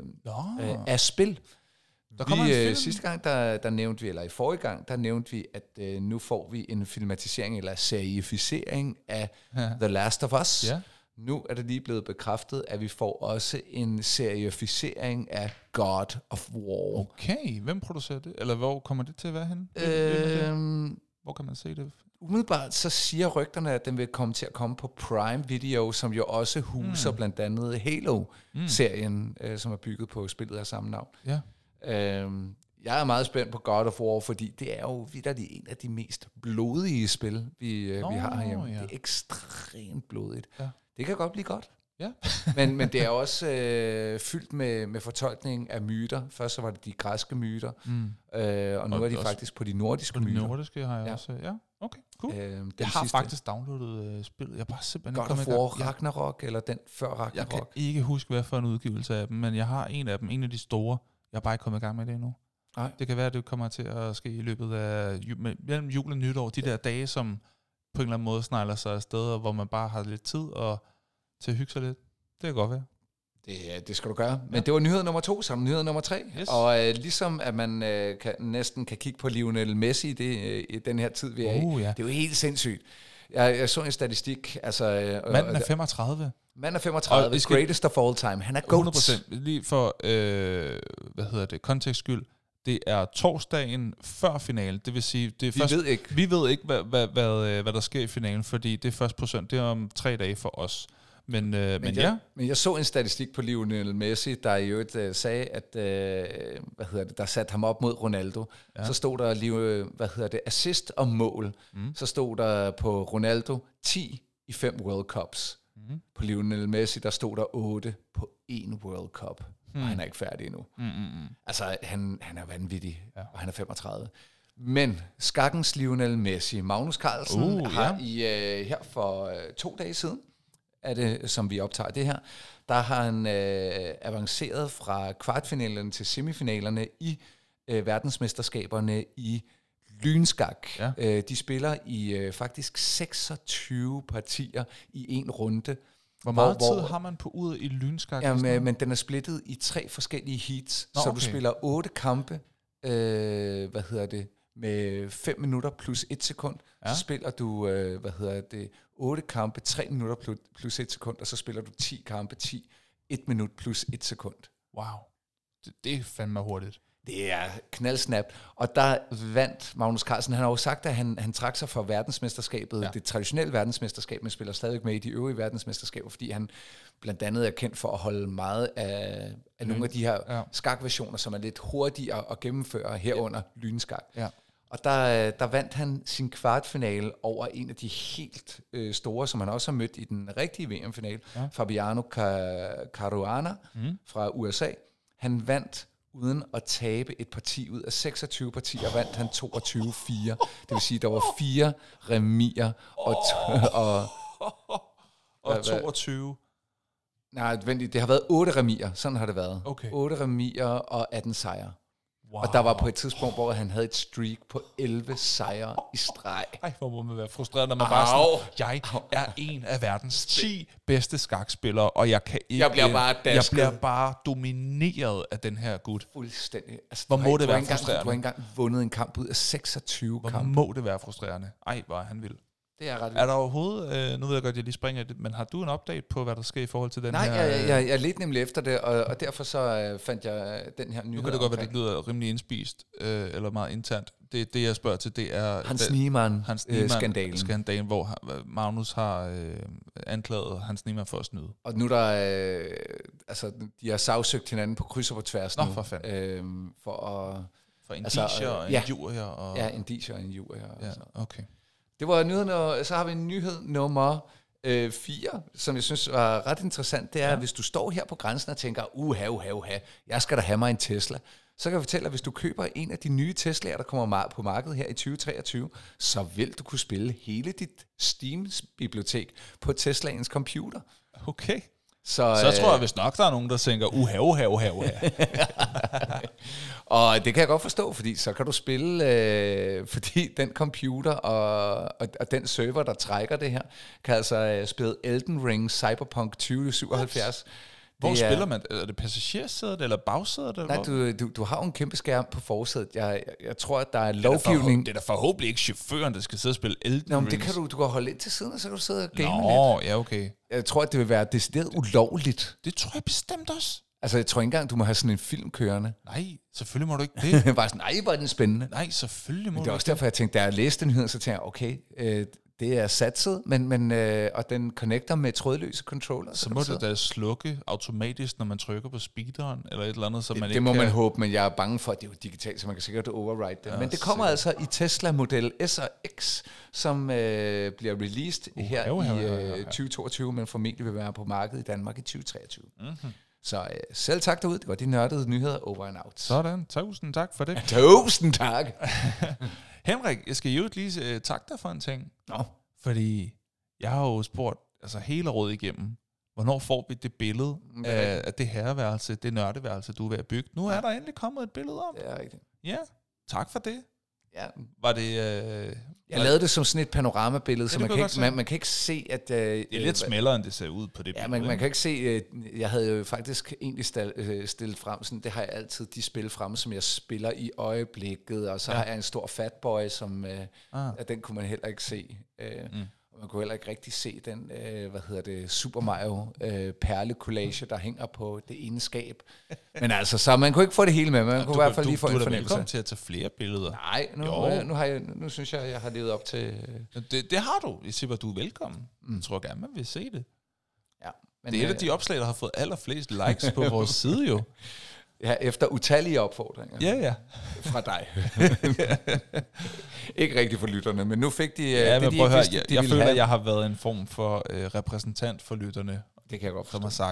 øh, øh, af spil. Der kommer vi, øh, sidste gang, der, der nævnte vi, eller i forrige gang, der nævnte vi, at øh, nu får vi en filmatisering eller serificering af ja. The Last of Us. Ja. Nu er det lige blevet bekræftet, at vi får også en serificering af God of War. Okay, hvem producerer det? Eller hvor kommer det til at være henne? Øhm, hvor kan man se det? Umiddelbart så siger rygterne, at den vil komme til at komme på Prime Video, som jo også huser mm. blandt andet Halo-serien, mm. øh, som er bygget på spillet af samme navn. Ja. Øhm, jeg er meget spændt på God of War, fordi det er jo vitterligt en af de mest blodige spil, vi, øh, oh, vi har herhjemme. Ja. Det er ekstremt blodigt. Ja. Det kan godt blive godt. Ja. men, men det er også øh, fyldt med, med fortolkning af myter. Først så var det de græske myter, mm. øh, og nu og er de faktisk på de nordiske på de myter. De nordiske har jeg ja. også. Ja, okay, cool. Øh, jeg har sidste, faktisk downloadet øh, spillet. Jeg bare simpelthen God of War Ragnarok, eller den før Ragnarok. Jeg kan ikke huske, hvad for en udgivelse af dem, men jeg har en af dem, en af de store. Jeg har bare ikke kommet i gang med det endnu. Nej. Det kan være, at det kommer til at ske i løbet af mellem jul og nytår. De der dage, som på en eller anden måde snegler sig af steder, hvor man bare har lidt tid og til at hygge sig lidt. Det kan godt være. Det, det skal du gøre. Men ja. Det var nyhed nummer to, så nyhed nummer tre. Yes. Og øh, ligesom at man øh, kan, næsten kan kigge på Lionel Messi det, øh, i den her tid, vi er uh, i. Ja. Det er jo helt sindssygt. Jeg, jeg så en statistik. Altså, øh, manden er femogtredive. Manden er femogtredive. Skal, greatest of all time. Han er goat. hundrede procent. Lige for, øh, hvad hedder det, kontekst skyld. Det er torsdagen før finalen. Det vil sige, det er vi først, ved ikke. Vi ved ikke, hvad, hvad, hvad, hvad der sker i finalen, fordi det er først på søndag. Det er om tre dage for os. Men, øh, men, men jeg, ja. Men jeg så en statistik på Lionel Messi, der i øvrigt uh, sagde, at uh, hvad hedder det, der satte ham op mod Ronaldo. Ja. Så stod der lige, hvad hedder det, assist og mål. Mm. Så stod der på Ronaldo ti i fem World Cups. Mm. På Lionel Messi, der stod der otte på en World Cup. hmm. og han er ikke færdig endnu. Mm, mm, mm. Altså, han, han er vanvittig, ja. og han er femogtredive. Men skakkens Lionel Messi, Magnus Carlsen, uh, har ja. i uh, her for uh, to dage siden, er det, som vi optager det her, der har han uh, avanceret fra kvartfinalerne til semifinalerne i uh, verdensmesterskaberne i lynskak. Ja. Uh, de spiller i uh, faktisk seksogtyve partier i en runde. Hvor meget hvor, tid har man på uret i lynskak? Ja, men, men den er splittet i tre forskellige heats, Nå, så okay. du spiller otte kampe, øh, hvad hedder det, med fem minutter plus et sekund. Ja. Så spiller du, øh, hvad hedder det, otte kampe, tre minutter plus, plus et sekund, og så spiller du ti kampe, ti, et minut plus et sekund. Wow, det, det er fandme hurtigt. Det er knaldsnap. Og der vandt Magnus Carlsen. Han har jo sagt, at han, han trak sig fra verdensmesterskabet, ja. det traditionelle verdensmesterskab, men spiller stadig med i de øvrige verdensmesterskaber, fordi han blandt andet er kendt for at holde meget af, af mm. nogle af de her ja. skakversioner, som er lidt hurtigere at gennemføre herunder ja. lynskak. Ja. Og der, der vandt han sin kvartfinale over en af de helt øh, store, som han også har mødt i den rigtige V M-finale, ja. Fabiano Caruana mm. fra U S A. Han vandt uden at tabe et parti ud af seksogtyve partier, vandt han toogtyve fire. Det vil sige, der var fire remier og... T- og, og toogtyve. Nej, det har været otte remier. Sådan har det været. Okay. otte remier og atten sejre. Wow. Og der var på et tidspunkt, hvor han havde et streak på elleve sejre i streg. Ej, hvor må man være frustreret, når man Au. bare sådan, jeg er en af verdens ti bedste skakspillere, og jeg kan ikke... Jeg bliver bare dasket. Jeg bliver bare domineret af den her gut. Fuldstændig. Altså, hvor må har, det være engang, frustrerende? Du har ikke engang vundet en kamp ud af seksogtyve hvor kampe. Hvor må det være frustrerende? Ej, hvor er han vild. Det er ret Er der overhovedet, øh, nu ved jeg godt, jeg lige springer det, men har du en update på, hvad der sker i forhold til den Nej, her... Nej, jeg, jeg, jeg ledte nemlig efter det, og, og derfor så øh, fandt jeg den her nyhed. Nu kan det godt være, det lyder rimelig indspist, øh, eller meget internt. Det, det, jeg spørger til, det er... Hans Niemann-skandalen. Øh, skandalen, hvor Magnus har øh, anklaget Hans Niemann for at snyde. Og nu der... Øh, altså, de har sagsøgt hinanden på kryds og på tværs Nå, nu. for fanden. Øh, for at... For indicier altså, øh, og injurier. Og... Ja, indicier og injurier. Ja, okay. Det var nyheden, og så har vi en nyhed nummer øh, fire, som jeg synes var ret interessant. Det er, ja. at hvis du står her på grænsen og tænker, uha, uha, uha, jeg skal da have mig en Tesla, så kan jeg fortælle dig, at hvis du køber en af de nye Teslaer, der kommer på markedet her i tyve treogtyve, så vil du kunne spille hele dit Steam-bibliotek på Teslaens computer. Okay. Så, så tror jeg vist nok, der er nogen, der tænker, uha, uha, uha, uha. Og det kan jeg godt forstå, fordi så kan du spille, øh, fordi den computer og, og, og den server, der trækker det her, kan altså øh, spille Elden Ring Cyberpunk tyve syvoghalvfjerds. Hvor det spiller man? Er det passagersædet eller bagsædet? Eller nej, du, du, du har jo en kæmpe skærm på forsædet. Jeg, jeg, jeg tror, at der er lovgivning... Det er da forhåbentlig ikke chaufføren, der skal sidde og spille Elden Nå, Ring. men det kan du, du kan holde ind til siden, og så kan du sidde og game Nå, lidt. ja, okay. Jeg tror, at det vil være decideret ulovligt. Det tror jeg bestemt også. Altså, jeg tror ikke engang, du må have sådan en film kørende. Nej, selvfølgelig må du ikke det. Bare sådan, nej, hvor er den spændende. Nej, selvfølgelig må men du det er også derfor, jeg tænkte, da jeg læste den nyhed, så tænkte jeg, okay, øh, det er satset, men, men, øh, og den connecter med trådløse controller. Så, så må det da slukke automatisk, når man trykker på speederen, eller et eller andet, så det, man det ikke må kan... man håbe, men jeg er bange for, at det er jo digitalt, så man kan sikkert override det. Ja, men det kommer sikkert. Altså i Tesla-model S og X, som øh, bliver released uh, her uh, i øh, uh, uh, tyve toogtyve, men formentlig vil være på markedet i Danmark i tyve treogtyve. Mm-hmm. Så øh, selv tak derude. Det var de nørdede nyheder over and out. Sådan. Tusind tak for det. Tusind tak. Henrik, jeg skal jo lige uh, takke dig for en ting. Nå. Fordi jeg har jo spurgt altså hele rådet igennem, hvornår får vi det billede mm, af, af det herreværelse, det nørdeværelse, du er ved at bygge. Nu er der endelig kommet et billede om. Det er rigtigt. Ja, tak for det. Ja. Var det... Øh, jeg lavede det som sådan et panoramabillede, ja, så man kan, ikke, man, man kan ikke se, at... Øh, det er lidt smældere, end det ser ud på det ja, billede. Ja, man, man kan ikke se... Øh, jeg havde jo faktisk egentlig stil, øh, stillet frem, sådan, det har jeg altid, de spil frem, som jeg spiller i øjeblikket, og så ja. har jeg en stor fatboy, som... Øh, ah. at den kunne man heller ikke se. Øh, mm. Man kunne heller ikke rigtig se den, øh, hvad hedder det, Super Mario øh, perlecollage, der hænger på det ene skab. Men altså, så man kunne ikke få det hele med, man ja, kunne i hvert fald lige få en fornemmelse. Du er velkommen til at tage flere billeder. Nej, nu, øh, nu, har jeg, nu synes jeg, jeg har levet op til... Øh. Det, det har du. Jeg siger, at du er velkommen. Mm. Jeg tror gerne, man vil se det. Ja, men, det er et øh, af de opslag, der har fået allerflest likes på vores side jo. Ja, efter utallige opfordringer. Ja, ja. Fra dig. Ikke rigtig for lytterne, men nu fik de... Ja, det, men de prøv at høre, vidste, jeg, de jeg føler, have. at jeg har været en form for øh, repræsentant for lytterne. Det kan jeg godt forstå. Som har sagt,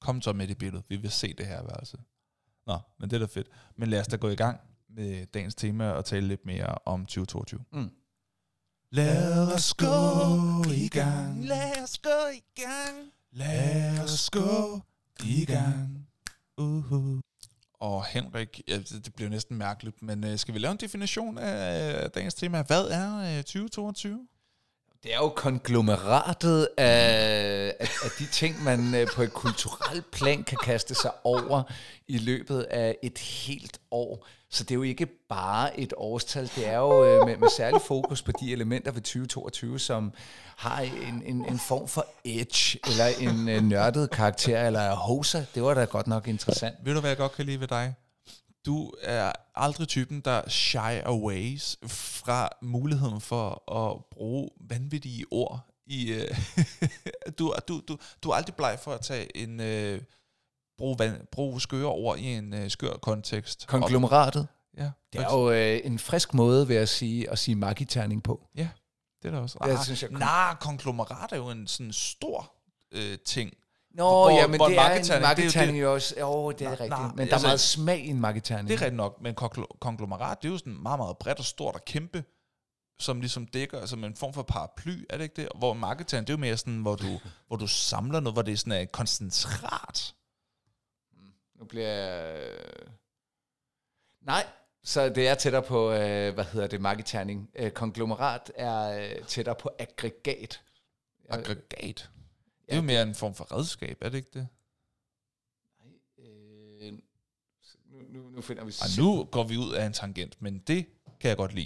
Kom så med i billedet. Vi vil se det her værelse. Nå, men det er da fedt. Men lad os da gå i gang med dagens tema og tale lidt mere om tyve toogtyve. Mm. Lad os gå i gang. Lad os gå i gang. Lad os gå i gang. Uh-huh. Og Henrik, ja, det, det bliver næsten mærkeligt, men uh, skal vi lave en definition af uh, dagens tema? Hvad er uh, tyve toogtyve? Det er jo konglomeratet af, af, af de ting, man øh, på et kulturelt plan kan kaste sig over i løbet af et helt år. Så det er jo ikke bare et årstal, det er jo øh, med, med særlig fokus på de elementer ved tyve toogtyve, som har en, en, en form for edge, eller en øh, nørdet karakter, eller hoser. Det var da godt nok interessant. Ved du, hvad jeg godt kan lide ved dig? Du er aldrig typen, der shy away fra muligheden for at bruge vanvittige ord. I, øh, du, du, du, du er aldrig bleg for at tage en øh, bruge, van, bruge skøre ord i en øh, skør kontekst. Konglomeratet. Ja, det er jo øh, en frisk måde, vil jeg sige, at sige magiterning på. Ja, det er der også. Det, ah, synes jeg, kon- nej, konglomerat er jo en sådan stor øh, ting. Nå, hvor, ja, men hvor det en er en marketerning jo også. Jo, det er nej, rigtigt. nej, Men der altså, er meget smag i en marketerning. Det er rigtigt nok, men konglomerat, det er jo sådan meget, meget bredt og stort og kæmpe, som ligesom dækker som en form for paraply, er det ikke det? Hvor marketerning, det er jo mere sådan, hvor du, hvor du samler noget, hvor det er sådan et koncentrat. Nu bliver jeg... Nej, så det er tættere på, øh, hvad hedder det, marketerning. Øh, konglomerat er øh, tættere på aggregat. Aggregat? Det er jo mere en form for redskab, er det ikke det? Nej, øh, nu, nu, nu finder vi... Ej, nu går vi ud af en tangent, men det kan jeg godt lide.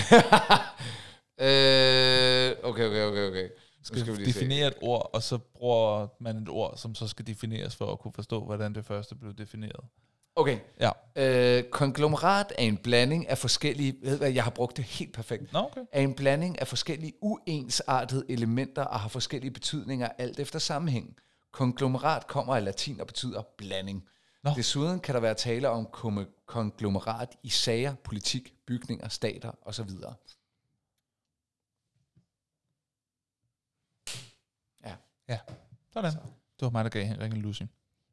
øh, okay, okay, okay, okay. Skal, skal vi definere se. Et ord, og så bruger man et ord, som så skal defineres for at kunne forstå, hvordan det første blev defineret. Okay. Ja. Øh, konglomerat er en blanding af forskellige... Ved hvad, jeg har brugt det helt perfekt. Nå, okay. Er en blanding af forskellige uensartede elementer og har forskellige betydninger alt efter sammenhæng. Konglomerat kommer af latin og betyder blanding. Nå. Desuden kan der være tale om konglomerat i sager, politik, bygninger, stater osv. Ja. Ja, sådan. Så. Det var mig, der gav Henrik en lussing.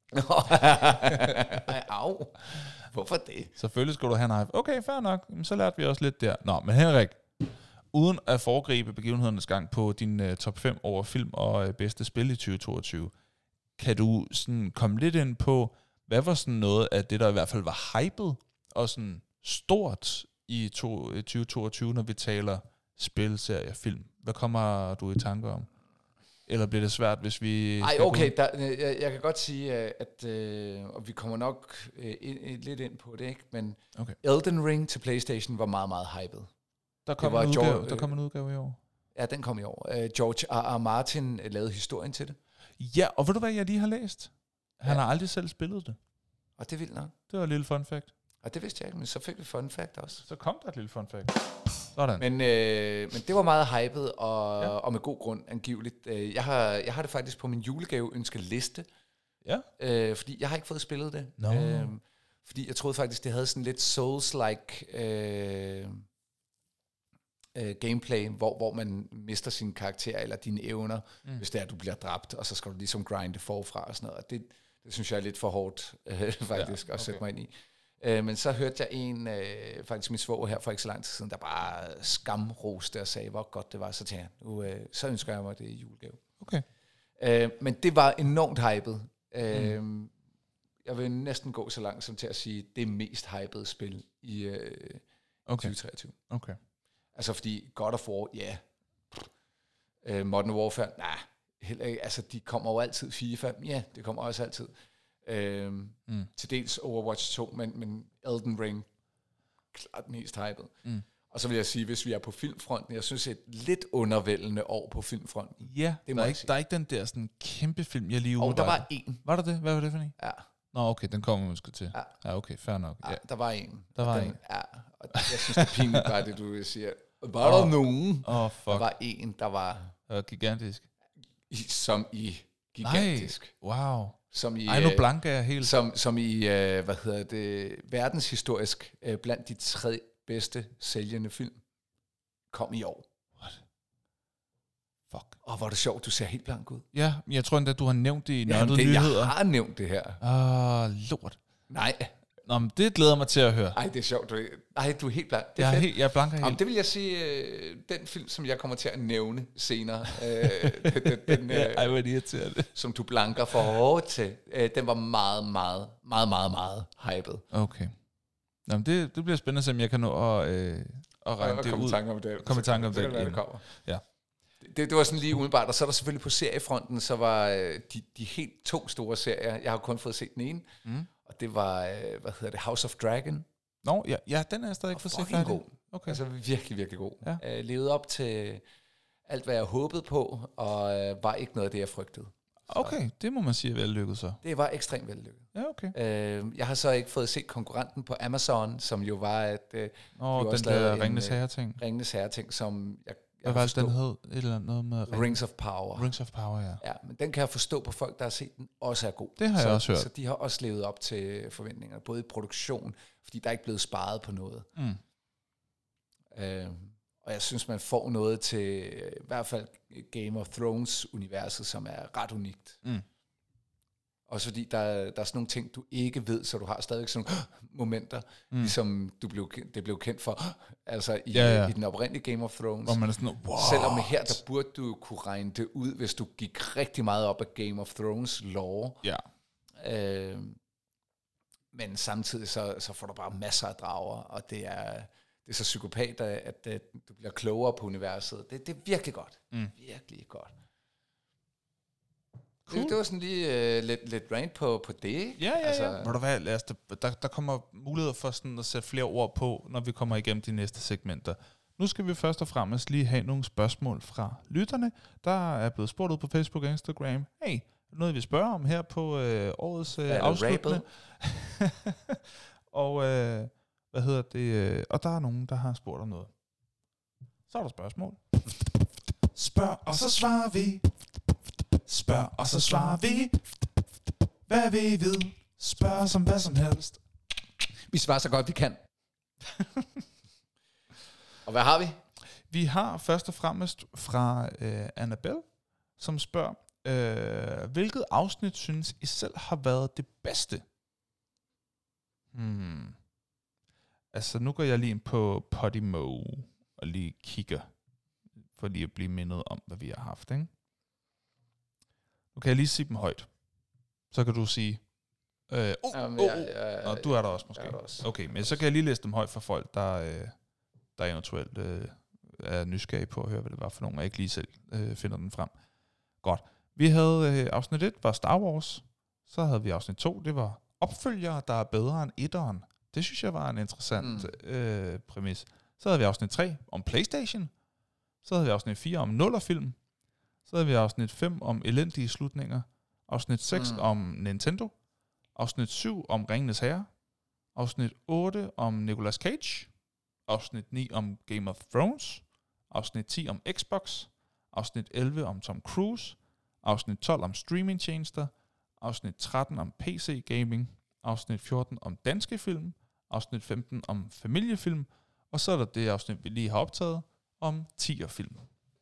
Au. Hvorfor det? Selvfølgelig skulle du have en hype. Okay, fair nok. Så lærte vi også lidt der. Nå, men Henrik, uden at foregribe begivenhedernes gang på din uh, top fem over film og uh, bedste spil i tyve toogtyve, kan du sådan komme lidt ind på, hvad var sådan noget af det, der i hvert fald var hypet og sådan stort i to, tyve toogtyve, når vi taler spil, serier, film? Hvad kommer du i tanker om? Eller bliver det svært, hvis vi... Ej, okay, der, jeg, jeg kan godt sige, at øh, og vi kommer nok øh, ind, lidt ind på det, ikke? Men okay. Elden Ring til PlayStation var meget, meget hypet. Der kom, en udgave, George, der kom en udgave i år. Ja, den kom i år. Uh, George R. R. Martin lavede historien til det. Ja, og ved du hvad, jeg lige har læst? Han ja. har aldrig selv spillet det. Og det er vildt nok. Det var et lille fun fact. Og det vidste jeg ikke, men så fik vi fun fact også. Så kom der et lille fun fact. Sådan. Men, øh, men det var meget hypet, og, ja. og med god grund angiveligt. Jeg har, jeg har det faktisk på min julegave-ønskeliste. Ja. Øh, fordi jeg har ikke fået spillet det. No. Øh, fordi jeg troede faktisk, det havde sådan lidt Souls-like øh, øh, gameplay, hvor, hvor man mister sin karakter eller dine evner, mm. hvis det er, at du bliver dræbt, og så skal du ligesom grinde forfra og sådan noget. Og det, det synes jeg er lidt for hårdt, øh, faktisk, ja, okay. at sætte mig ind i. Øh, men så hørte jeg en, øh, faktisk min svoger her for ikke så lang tid siden, der bare skamroste og sagde, hvor godt det var. Så tænkte jeg, nu, øh, så ønsker jeg mig det i julegave. Okay. Øh, men det var enormt hypet. Øh, mm. Jeg vil næsten gå så langt som til at sige, det er mest hypede spil i øh, okay. tyve treogtyve. Okay. Altså fordi God of War, ja. Yeah. Øh, Modern Warfare, nej. Heller ikke. Altså de kommer jo altid. FIFA, ja, det kommer også altid. Øhm, mm. Til dels Overwatch to, men, men Elden Ring klart mest hypet. Mm. Og så vil jeg sige, hvis vi er på filmfronten, jeg synes et lidt undervældende år på filmfronten. Ja, det der, er ikke, der er ikke den der sådan kæmpe film, jeg lige ude. Og der var en. Var der det? Hvad var det for en? Ja. Nå, okay, den kommer måske til. Ja. Ja, okay, fair nok. Ja, ja. der var en. Der var den, en. Ja, og jeg synes, det er pinligt bare det, du siger. Var oh. der nogen? Åh, oh, fuck. Der var en, der var... Uh, gigantisk. I, som i gigantisk. Nej, wow. Som i, Ej, nu blanker jeg helt. Som, som i, uh, hvad hedder det, verdenshistorisk, uh, blandt de tre bedste sælgende film, kom i år. What? Fuck. Åh, hvor er det sjovt, du ser helt blank ud. Ja, jeg tror endda, du har nævnt det i Jamen, nørdede det, nyheder. jeg har nævnt det her. Ah, lort. Nej. Nå, men det glæder mig til at høre. Ej, det er sjovt. Du, ej, du er helt blank. Det er Jeg er, fedt. helt, jeg er blank og Jamen, helt. det vil jeg sige, øh, den film, som jeg kommer til at nævne senere, øh, den, den, øh, Ej, hvor er det irriterende. som du blanker for hårdt til, øh, den var meget, meget, meget, meget, meget hyped. Okay. Nå, men det, det bliver spændende, at jeg kan nå at, øh, at regne Og det komme ud. i tanke om det. Kom i tanke om Så kan det. være, inden. kommer. Ja. Det, det var sådan lige umiddelbart, og så er der selvfølgelig på seriefronten, så var øh, de, de helt to store serier, jeg har kun fået set den ene, Mm. og det var, øh, hvad hedder det, House of Dragon. Nå, ja, ja, den er jeg stadig ikke Og fået set fucking færdig. god. Okay. Altså virkelig, virkelig god. Ja. Ja. Øh, levede op til alt, hvad jeg håbede på, og øh, var ikke noget af det, jeg frygtede. Okay, det må man sige er vellykket så. Det var ekstremt vellykket. Ja, okay. Øh, jeg har så ikke fået set konkurrenten på Amazon, som jo var, at øh, Nå, har den også lavet der en, Ringenes øh, Herre-ting. Ringenes Herre-ting, som jeg, Hvad jeg kan var det, den forstå. hed? Et eller andet noget med Ring- Rings of Power. Rings of Power, ja. Ja, men den kan jeg forstå på folk, der har set den, også er god. Det har jeg så, også hørt. Så de har også levet op til forventningerne, både i produktion, fordi der er ikke blevet sparet på noget. Mm. Øh, og jeg synes, man får noget til i hvert fald Game of Thrones-universet, som er ret unikt. Mm. Også fordi der, der er sådan nogle ting, du ikke ved, så du har stadigvæk sådan nogle momenter, Mm. mm. ligesom du blev, det blev kendt for, altså i, Ja, ja. i den oprindelige Game of Thrones. Hvor man er sådan, wow. Selvom her, der burde du kunne regne det ud, hvis du gik rigtig meget op af Game of Thrones lore. Ja. Øh, men samtidig så, så får du bare masser af drager, og det er, det er så psykopat, at, at, at du bliver klogere på universet. Det, det er virkelig godt. Mm. Virkelig godt. Cool. Det, det var sådan lige uh, lidt, lidt rant på, på det, ikke? Ja, ja, altså, ja. Ved du hvad, lad os, der, der, der kommer muligheder for sådan at sætte flere ord på, når vi kommer igennem de næste segmenter. Nu skal vi først og fremmest lige have nogle spørgsmål fra lytterne. Der er blevet spurgt ud på Facebook og Instagram. Hey, noget vi spørger om her på øh, årets øh, afslutning. og øh, hvad hedder det? Øh, og der er nogen, der har spurgt om noget. Så er der spørgsmål. Spørg, og så svarer vi. Spørg, og så svarer vi. Hvad vi ved. Spørg som hvad som helst. Vi svarer så godt, vi kan. Og hvad har vi? Vi har først og fremmest fra øh, Annabelle, som spørger, øh, hvilket afsnit synes I selv har været det bedste? Hmm. Altså, nu går jeg lige ind på Podimo og lige kigger, for lige at blive mindet om, hvad vi har haft, ikke? Nu kan jeg lige sige dem højt. Så kan du sige, øh, oh, Jamen, oh, jeg- jeg- Nå, du er der også måske. jeg er der også. Okay, men så kan jeg lige læse dem højt for folk, der, øh, der eventuelt øh, er nysgerrige på at høre, hvad det var for nogen, og ikke lige selv øh, finder den frem. Godt. Vi havde øh, afsnit et, var Star Wars. Så havde vi afsnit to, det var opfølgere, der er bedre end etteren. Det synes jeg var en interessant mm. øh, præmis. Så havde vi afsnit tre om PlayStation. Så havde vi afsnit fire om nullerfilm. Så havde vi afsnit fem om elendige slutninger. Afsnit seks mm. om Nintendo. Afsnit syv om Ringenes Herre. Afsnit otte om Nicolas Cage. Afsnit ni om Game of Thrones. Afsnit ti om Xbox. Afsnit elleve om Tom Cruise. Afsnit tolv om streamingtjenester. Afsnit tretten om P C gaming. Afsnit fjorten om danske film. Afsnit femten om familiefilm. Og så er der det afsnit, vi lige har optaget, om tier-film.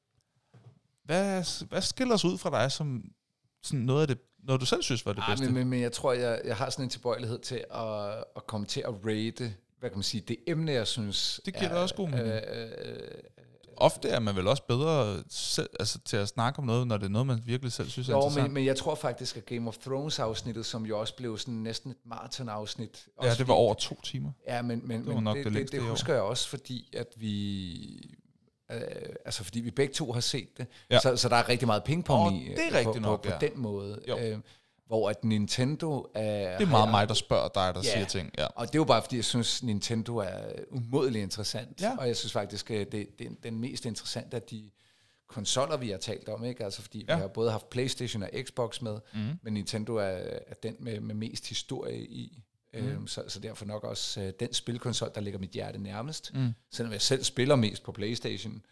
Hvad, hvad skiller os ud fra dig som sådan noget af det, noget du selv synes var det Ej, bedste? men, men, men jeg tror, jeg, jeg har sådan en tilbøjelighed til at, at komme til at rate, hvad kan man sige, det emne, jeg synes... Det giver da også god mening. Øh, øh, øh, Ofte er man vel også bedre selv, altså, til at snakke om noget, når det er noget, man virkelig selv synes er jo, interessant. men, men jeg tror faktisk, at Game of Thrones-afsnittet, som jo også blev sådan næsten et marathon-afsnit... Ja, også det var fordi- over to timer. Ja, men, men, Det var men nok det, det det, længste det i år. husker jeg også, fordi at vi... Øh, altså fordi vi begge to har set det, Ja. ja. så, så der er rigtig meget pingpong Åh, i det er øh, rigtigt på, nok, på, ja. på den måde. Jo. Øh, hvor at Nintendo er... Det er meget mig, der spørger dig, der Ja. siger ting. Ja. Og det er jo bare fordi, jeg synes, Nintendo er umådelig interessant. Ja. Og jeg synes faktisk, at det, det er den mest interessante af de konsoller, vi har talt om. Ikke? Altså fordi Ja. vi har både haft PlayStation og Xbox med, Mm. men Nintendo er, er den med, med mest historie i. Mm. Øhm, så, så derfor nok også øh, den spilkonsol, der ligger mit hjerte nærmest. Mm. Selvom jeg selv spiller mest på PlayStation,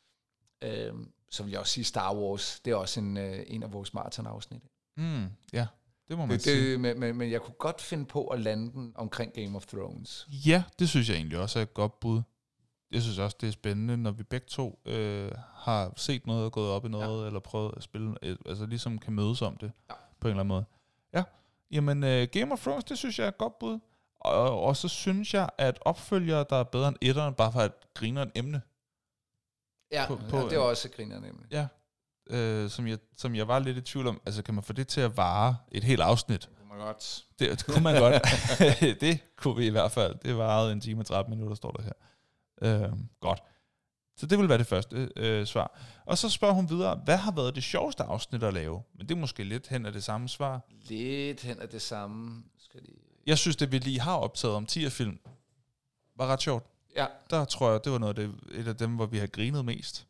øhm, så vil jeg også sige Star Wars. Det er også en, øh, en af vores marathon-afsnit. Mm. Ja, det må man Det, sige. det, men, men, men jeg kunne godt finde på at lande den omkring Game of Thrones. Ja, det synes jeg egentlig også er et godt bud. jeg synes også, det er spændende, når vi begge to øh, har set noget og gået op i noget, ja. eller prøvet at spille, øh, altså ligesom kan mødes om det, ja. på en eller anden måde. Ja, jamen øh, Game of Thrones, det synes jeg er et godt bud. Og, og så synes jeg, at opfølgere, der er bedre end etteren, bare for at grine et emne. Ja, på, på, ja, det er også et griner nemlig. Ja, øh, som, jeg, som jeg var lidt i tvivl om, altså kan man få det til at vare et helt afsnit? Det kunne man godt. Det, det kunne man godt. Det kunne vi i hvert fald. Det varede en time og tretten minutter, står der her. Øh, godt. Så det vil være det første øh, svar. Og så spørger hun videre, hvad har været det sjoveste afsnit at lave? Men det er måske lidt hen af det samme svar. Lidt hen af det samme. Skal de... Jeg synes, det vi lige har optaget om tier-film, var ret sjovt. Ja. Der tror jeg, det var noget af det, et af dem, hvor vi har grinet mest.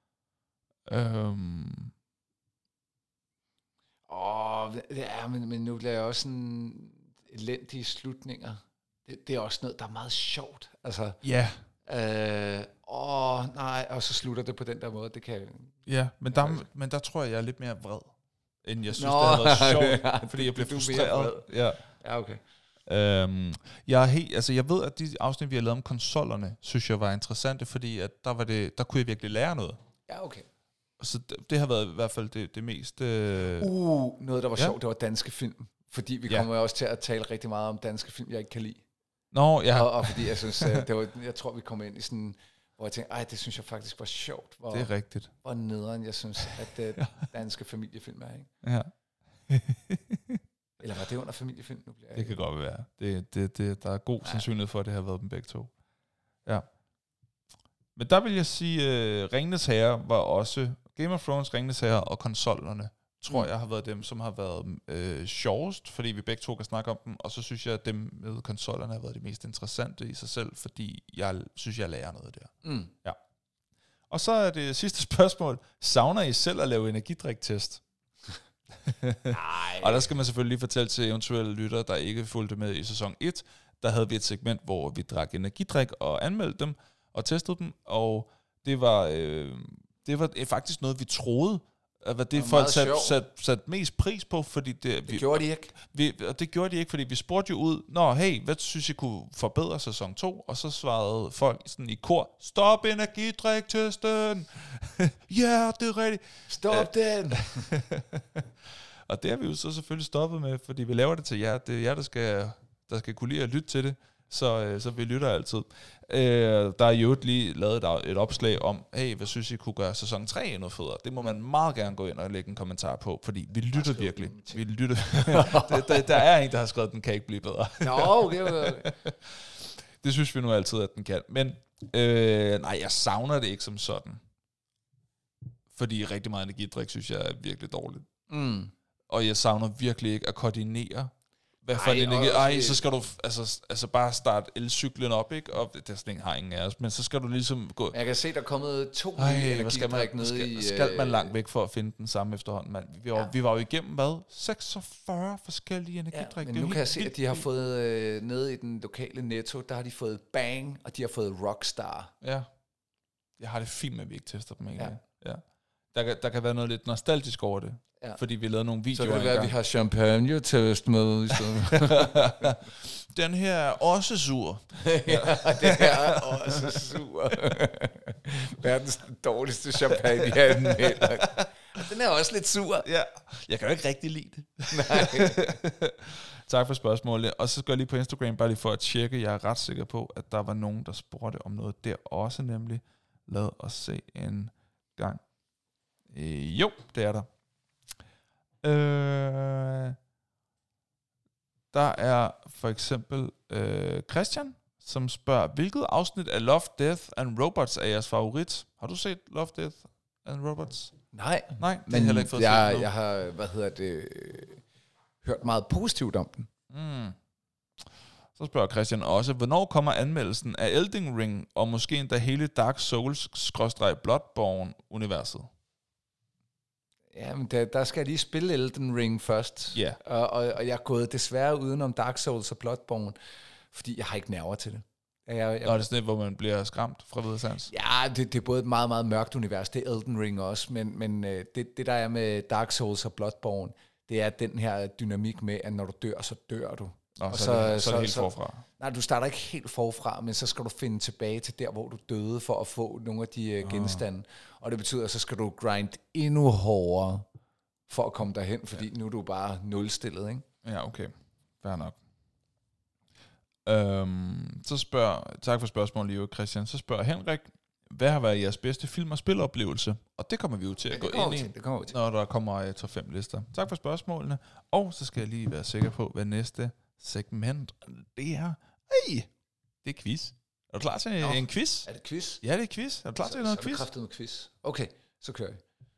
Øhm. Åh, ja, men, men nu bliver jeg også sådan elendige slutninger. Det, det er også noget, der er meget sjovt. Altså, ja. Øh, åh, nej, og så slutter det på den der måde. Det kan ja, men der, men der tror jeg, jeg er lidt mere vred, end jeg synes, Nå, det har været sjovt, ja, fordi jeg bliver frustreret. Ja. Ja, okay. Øhm, jeg, er helt, altså jeg ved, at de afsnit, vi har lavet om konsollerne, synes jeg var interessante, fordi at der, var det, der kunne jeg virkelig lære noget. Ja, okay. Så det, det har været i hvert fald det, det mest... Øh... Uh, noget, der var ja. sjovt, det var danske film. Fordi vi ja. kommer jo også til at tale rigtig meget om danske film, jeg ikke kan lide. Nå, ja. Og, og fordi jeg synes, det var, jeg tror, vi kom ind i sådan... Hvor jeg tænkte, ej, det synes jeg faktisk var sjovt. Hvor, det er rigtigt. Hvor nederen, jeg synes, at uh, danske familiefilm er, ikke? Ja. Eller var det under familiefilm? Nu bliver jeg det kan godt være. Det, det, det, der er god ja. sandsynlighed for, at det har været dem begge to. Ja. Men der vil jeg sige, uh, Ringenes Herre var også... Game of Thrones, Ringenes Herre og konsollerne, tror mm. jeg har været dem, som har været øh, sjovest, fordi vi begge to kan snakke om dem, og så synes jeg, at dem med konsollerne har været de mest interessante i sig selv, fordi jeg synes, jeg lærer noget der. Mm. Ja. Og så er det sidste spørgsmål. Savner I selv at lave energidriktest? Nej. Og der skal man selvfølgelig lige fortælle til eventuelle lyttere, der ikke fulgte med i sæson et. Der havde vi et segment, hvor vi drak energidrik og anmeldte dem og testede dem, og det var, øh, det var faktisk noget, vi troede, at det, det folk satte sat, sat mest pris på, fordi det... Det vi, gjorde de ikke. Vi, og det gjorde de ikke, fordi vi spurgte jo ud, nå hey, hvad synes I kunne forbedre sæson to? Og så svarede folk sådan i kor, stop energidriktesten! Ja, yeah, det er rigtigt. Stop den! Og det har vi jo så selvfølgelig stoppet med, fordi vi laver det til jer. Det er jer, der skal, der skal kunne lide at lytte til det, så, så vi lytter altid. Øh, der er jo lige lavet et, et opslag om, hey, hvad synes I kunne gøre sæson tre endnu federe? Det må man meget gerne gå ind og lægge en kommentar på, fordi vi lytter virkelig. Vi lytter. der, der, der er en, der har skrevet, den kan ikke blive bedre. Nå, okay, okay. Det synes vi nu altid, at den kan. Men øh, nej, jeg savner det ikke som sådan. Fordi rigtig meget energidrik, synes jeg er virkelig dårligt. Mm. Og jeg savner virkelig ikke at koordinere. Hvad for en energi? Ej, så skal du altså, altså bare starte elcyklen op, ikke? Og det er sådan en, har ingen af os, men så skal du ligesom gå... Jeg kan se, der er kommet to nye energidrik nede skal, i... Skal man langt væk for at finde den samme efterhånden, mand? Vi var, ja. vi var jo igennem, hvad? seksogfyrre forskellige energidrik. Ja, men nu kan jeg se, at de har fået øh, nede i den lokale Netto, der har de fået Bang, og de har fået Rockstar. Ja. Jeg har det fint med, at vi ikke tester dem egentlig. Ja. Ja. Der, kan, der kan være noget lidt nostalgisk over det. Ja. Fordi vi lavede nogle videoer. Så kan det være, at vi har champagne-test med i stedet. Den her er også sur. Ja, den her er også sur. Verdens dårligste champagne, jeg har anmeldt. Den er også lidt sur. Ja. Jeg kan jo ikke rigtig lide det. Nej. Tak for spørgsmålet. Og så går jeg lige på Instagram, bare lige for at tjekke. Jeg er ret sikker på, at der var nogen, der spurgte om noget der også, nemlig. Lad os se en gang. Øh, jo, det er der. Øh, der er for eksempel øh, Christian, som spørger, hvilket afsnit af Love, Death and Robots er jeres favorit? Har du set Love, Death and Robots? Nej. Nej, det men heller ikke fået jeg, jeg har, hvad hedder det, hørt meget positivt om den. Mm. Så spørger Christian også, hvornår kommer anmeldelsen af Elden Ring, og måske endda hele Dark Souls-Bloodborne-universet? Ja, men der, der skal jeg lige spille Elden Ring først. Yeah. Og, og, og jeg er gået desværre udenom Dark Souls og Bloodborne, fordi jeg har ikke nerver til det. Jeg, jeg, Nå, det er sådan et, hvor man bliver skræmt fra videsans. Ja, det, det er både et meget, meget mørkt univers. Det er Elden Ring også, men, men det, det, der er med Dark Souls og Bloodborne, det er den her dynamik med, at når du dør, så dør du. Nå, og så, så, er det, så er det så, helt så, forfra. Nej, du starter ikke helt forfra, men så skal du finde tilbage til der, hvor du døde, for at få nogle af de uh, genstande. Og det betyder, at så skal du grind endnu hårdere, for at komme derhen, fordi ja. nu er du bare nulstillet, ikke? Ja, okay. Fair nok. Øhm, så spørger, tak for spørgsmålet, Leo Christian. Så spørger Henrik, hvad har været jeres bedste film- og spiloplevelse? Og det kommer vi jo til at ja, gå ind til, i, det kommer til. når der kommer uh, top fem lister. Tak for spørgsmålene. Og så skal jeg lige være sikker på, hvad næste segment det er. Hey, det er quiz. Er du klar til Nå. en quiz? Er det quiz? Ja, det er quiz. Er du klar så, til noget så quiz? Så er det med quiz. Okay, så kører vi.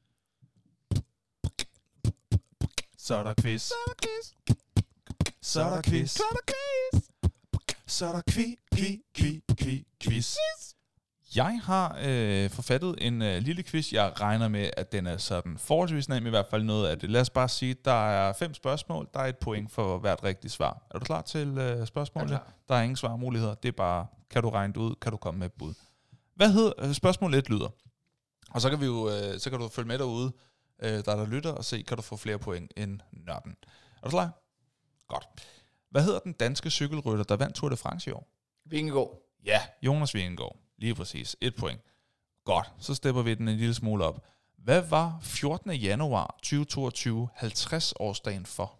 Så er der quiz. Så er der quiz. Så er der quiz. Så er der quiz. Så er der quiz, quiz, quiz, quiz, quiz. Jeg har øh, forfattet en øh, lille quiz. Jeg regner med, at den er sådan forholdsvis nem, i hvert fald noget af det. Lad os bare sige, der er fem spørgsmål. Der er et point for hvert rigtigt svar. Er du klar til øh, spørgsmålet? Der er ingen svarmuligheder. Det er bare, kan du regne det ud? Kan du komme med et bud? Hvad hedder spørgsmål et lyder? Og så kan vi jo, øh, så kan du følge med derude, øh, der der lytter, og se, kan du få flere point end nørden. Er du klar? Godt. Hvad hedder den danske cykelrytter, der vandt Tour de France i år? Vingegaard. Ja, Jonas Vingegaard. Lige præcis. Et point. Godt, så stepper vi den en lille smule op. Hvad var fjortende januar tyve toogtyve halvtreds-årsdagen for?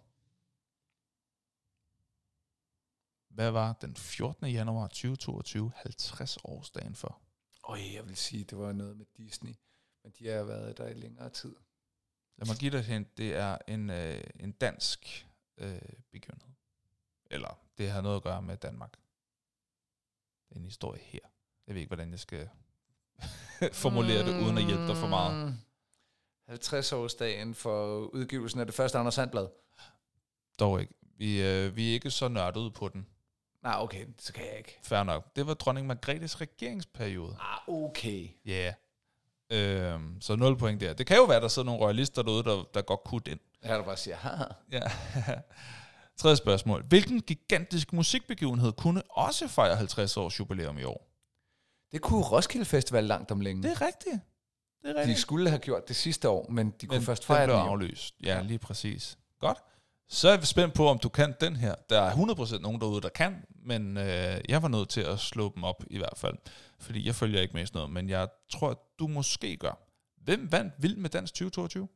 Hvad var den fjortende januar tyve toogtyve halvtreds-årsdagen for? Øj, jeg vil sige, det var noget med Disney. Men de har været der i længere tid. Lad mig give dig et hint. Det er en, øh, en dansk øh, begivenhed. Eller det har noget at gøre med Danmark. Det er en historie her. Jeg ved ikke, hvordan jeg skal formulere det, uden at hjælpe dig for meget. halvtreds-årsdagen for udgivelsen af det første Anders Sandblad. Dog ikke. Vi, øh, vi er ikke så nørdet på den. Nej, okay, så kan jeg ikke. Fair nok. Det var dronning Margrethes regeringsperiode. Ah, okay. Ja. Yeah. Øhm, så nul point der. Det kan jo være, der sidder nogle royalister derude, der, der godt kunne den. Her der bare siger, haha. Ja. Tredje spørgsmål. Hvilken gigantisk musikbegivenhed kunne også fejre halvtreds års jubilæum i år? Det kunne Roskilde Festival langt om længe. Det er rigtigt. Det er rigtigt. De skulle have gjort det sidste år, men de kunne men først fejre den. den aflyst. Ja, lige præcis. Godt. Så er vi spændt på, om du kan den her. Der er hundrede procent nogen derude, der kan, men øh, jeg var nødt til at slå dem op i hvert fald. Fordi jeg følger ikke med sådan noget, men jeg tror, at du måske gør. Hvem vandt Vild med Dans tyve toogtyve?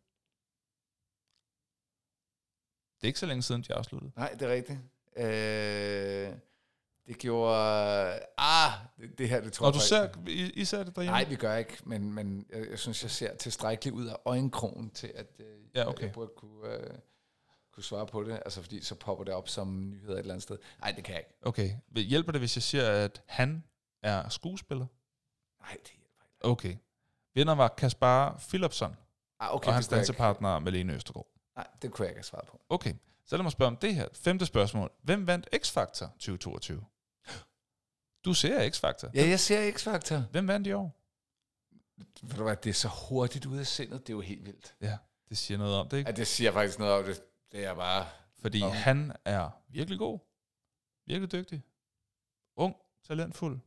Det er ikke så længe siden, de afsluttede. Nej, det er rigtigt. Øh, det gjorde... Ah, det, det her, det tror Og jeg du ser, I, I ser det derhjemme? Nej, vi gør ikke, men, men jeg, jeg synes, jeg ser tilstrækkeligt ud af øjenkrogen til, at øh, ja, okay. jeg burde kunne, øh, kunne svare på det. Altså, fordi så popper det op som nyheder et eller andet sted. Nej, det kan jeg ikke. Okay. Hjælper det, hvis jeg siger, at han er skuespiller? Nej, det hjælper ikke. Okay. Vinder var Kaspar Philipsson, ah, okay, og hans dansepartner Malene Østergaard. Nej, det kunne jeg ikke have svaret på. Okay, så lad mig spørge om det her. Femte spørgsmål. Hvem vandt X-Factor tyve toogtyve? Du ser X-Factor. Ja, jeg ser X-Factor. Hvem vandt i år? Ved du hvad, det er så hurtigt ude af sindet. Det er jo helt vildt. Ja, det siger noget om det, ikke? Ja, det siger faktisk noget om det. Det er bare... Fordi Nå. han er virkelig god. Virkelig dygtig. Ung, talentfuld.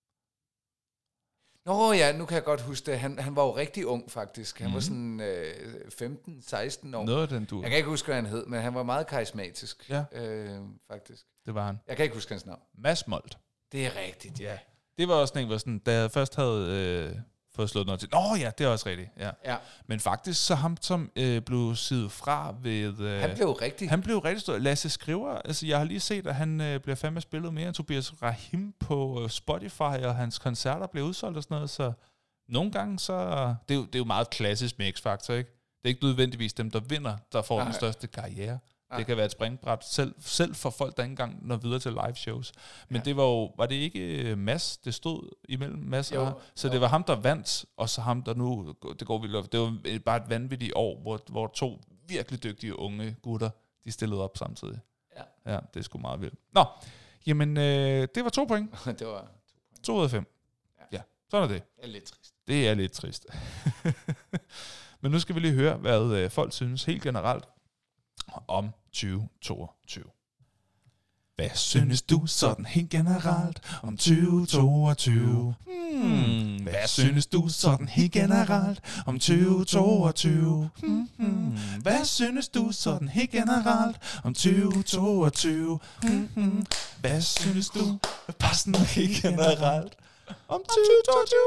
Nå ja, nu kan jeg godt huske det. Han, han var jo rigtig ung, faktisk. Han mm. var Mhm. sådan øh, femten seksten år. Noget af den du. Jeg kan ikke huske, hvad han hed, men han var meget karismatisk, Ja. øh, faktisk. Det var han. Jeg kan ikke huske hans navn. Mads Molt. Det er rigtigt, ja. Det var også en, hvor sådan, da jeg først havde øh, fået slået noget til. Nå ja, det er også rigtigt. Ja. ja. Men faktisk, så ham, som øh, blev sidet fra ved... Øh, Han blev rigtig... Han blev rigtig stor. Lasse Skriver, altså jeg har lige set, at han øh, bliver fandme spillet mere end Tobias Rahim på øh, Spotify, og hans koncerter blev udsolgt og sådan noget, så nogle gange så... Det er jo, det er jo meget klassisk med X-Factor, ikke? Det er ikke nødvendigvis dem, der vinder, der får Nej. den største karriere. Nej. Det kan være et springbræt, selv, selv for folk, der ikke engang når videre til live shows. Men ja. det var jo, var det ikke Mads, det stod imellem Mads og ham? Så jo. Det var ham, der vandt, og så ham, der nu, det går vildt op. Det var bare et vanvittigt år, hvor, hvor to virkelig dygtige unge gutter, de stillede op samtidig. Ja. Ja, det er sgu meget vildt. Nå, jamen, øh, det var to point. det var to point. To ud af fem. Ja. Ja, sådan er det. Det er lidt trist. Det er lidt trist. Men nu skal vi lige høre, hvad øh, folk synes helt generelt om tyve toogtyve. Hvad synes du sådan helt generelt om tyve toogtyve? Hmm. Hvad synes du sådan helt generelt om tyve toogtyve? Hmm. Hvad synes du sådan helt generelt om tyve toogtyve? Hmm. Hvad synes du bare sådan helt generelt om tyve toogtyve?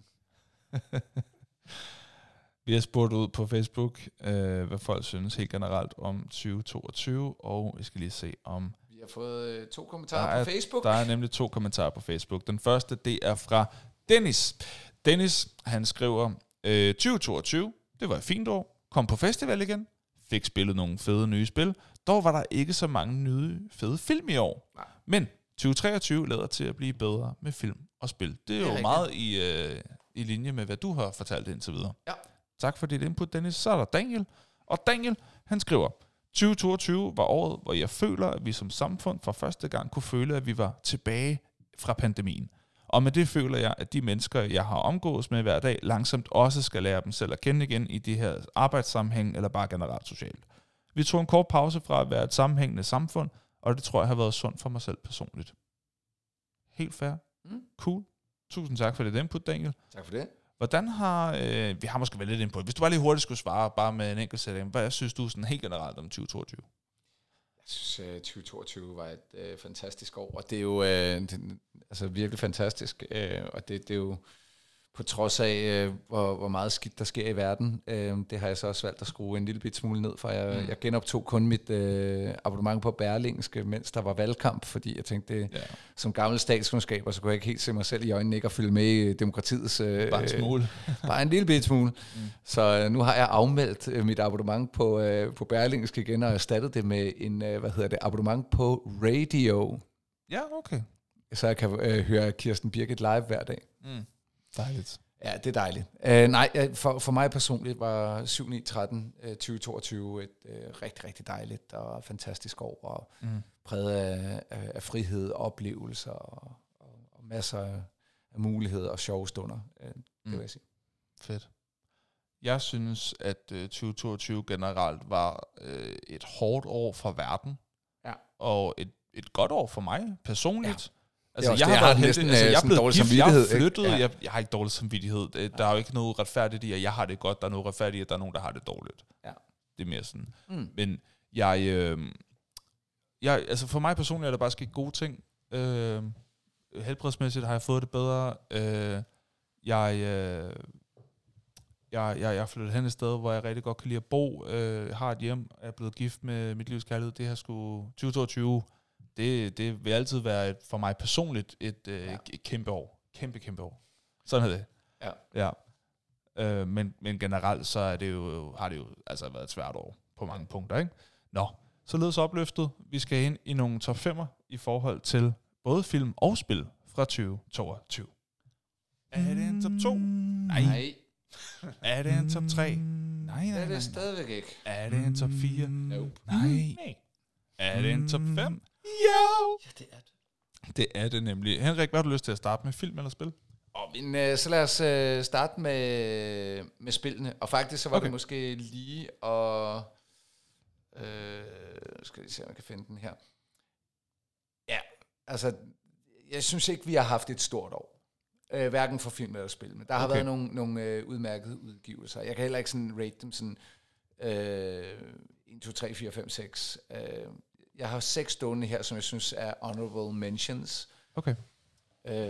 Vi har spurgt ud på Facebook, øh, hvad folk synes helt generelt om tyve toogtyve, og vi skal lige se om... Vi har fået øh, to kommentarer er, på Facebook. Der er nemlig to kommentarer på Facebook. Den første, det er fra Dennis. Dennis, han skriver, øh, tyve toogtyve, det var et fint år, kom på festival igen, fik spillet nogle fede nye spil, dog var der ikke så mange nye fede film i år. Nej. Men tyve treogtyve lader til at blive bedre med film og spil. Det er, det er jo rigtigt. Meget i, øh, i linje med, hvad du har fortalt indtil videre. Ja. Tak for dit input, Dennis. Så er der Daniel. Og Daniel, han skriver, tyve toogtyve var året, hvor jeg føler, at vi som samfund for første gang kunne føle, at vi var tilbage fra pandemien. Og med det føler jeg, at de mennesker, jeg har omgås med hver dag, langsomt også skal lære dem selv at kende igen i de her arbejdssammenhæng, eller bare generelt socialt. Vi tog en kort pause fra at være et sammenhængende samfund, og det tror jeg har været sundt for mig selv personligt. Helt fair. Mm. Cool. Tusind tak for det input, Daniel. Tak for det. Hvordan har, øh, vi har måske været lidt inde på det, hvis du bare lige hurtigt skulle svare, bare med en enkelt sætning, hvad synes du sådan helt generelt om tyve toogtyve? Jeg synes, uh, tyve toogtyve var et uh, fantastisk år, og det er jo uh, det, altså virkelig fantastisk, uh, og det, det er jo på trods af, uh, hvor, hvor meget skidt der sker i verden. Uh, det har jeg så også valgt at skrue en lille bit smule ned, for jeg, mm. jeg genoptog kun mit uh, abonnement på Berlingske, mens der var valgkamp, fordi jeg tænkte, det, yeah. som gammel statskundskaber, så kunne jeg ikke helt se mig selv i øjnene ikke at følge med i demokratiets... Uh, bare en smule. bare en lille bit smule. Mm. Så uh, nu har jeg afmeldt uh, mit abonnement på, uh, på Berlingske igen, og erstattet det med en, uh, hvad hedder det, abonnement på radio. Ja, okay. Så jeg kan uh, høre Kirsten Birgit live hver dag. Mm. Dejligt. Ja, det er dejligt. Uh, nej, for, for mig personligt var syv ni tretten uh, tyve toogtyve et uh, rigtig, rigtig dejligt og fantastisk år, og mm. præget af, af, af frihed, oplevelser og, og, og masser af muligheder og sjove stunder, uh, det mm. vil jeg sige. Fedt. Jeg synes, at uh, tyve toogtyve generelt var uh, et hårdt år for verden, ja. og et, et godt år for mig personligt. Ja. Altså, jeg, jeg har været næsten altså, jeg er blevet gift, jeg har flyttet, ja. jeg, jeg har ikke dårlig samvittighed. Der ja. er jo ikke noget retfærdigt i, at jeg har det godt. Der er noget retfærdigt i, at der er nogen, der har det dårligt. Ja. Det er mere sådan. Mm. Men jeg, øh, jeg, altså for mig personligt er der bare sket gode ting. Øh, helbredsmæssigt har jeg fået det bedre. Øh, jeg, øh, jeg, jeg, jeg er flyttet hen et sted, hvor jeg rigtig godt kan lide at bo. Øh, har et hjem, er blevet gift med mit livs kærlighed. Det her skulle tyve toogtyve. Det, det vil altid være et, for mig personligt et, øh, ja. et kæmpe år. Kæmpe, kæmpe år. Sådan er det. Ja. ja. Øh, men, men generelt så er det jo, har det jo altså været et svært år på mange ja. punkter, ikke? Nå, således opløftet. Vi skal ind i nogle top femmer i forhold til både film og spil fra tyve toogtyve. Er det en top to? Nej. Nej. Er det en top tre? Nej, nej, nej. Det er det stadigvæk ikke. Er det en top fire? Nope. Nej. Nej. Er det en top fem? Jo! Ja, det er det. Det er det nemlig. Henrik, hvad har du lyst til at starte med? Film eller spil? Oh, men, øh, så lad os øh, starte med, med spillene. Og faktisk så var okay. det måske lige og øh, skal vi se, om jeg kan finde den her. Ja, altså, jeg synes ikke, vi har haft et stort år. Øh, hverken for film eller spil. Men der har okay. været nogle, nogle øh, udmærkede udgivelser. Jeg kan heller ikke sådan rate dem sådan øh, en, to, tre, fire, fem, seks. Øh, jeg har seks stående her, som jeg synes er honorable mentions. Okay. Øh,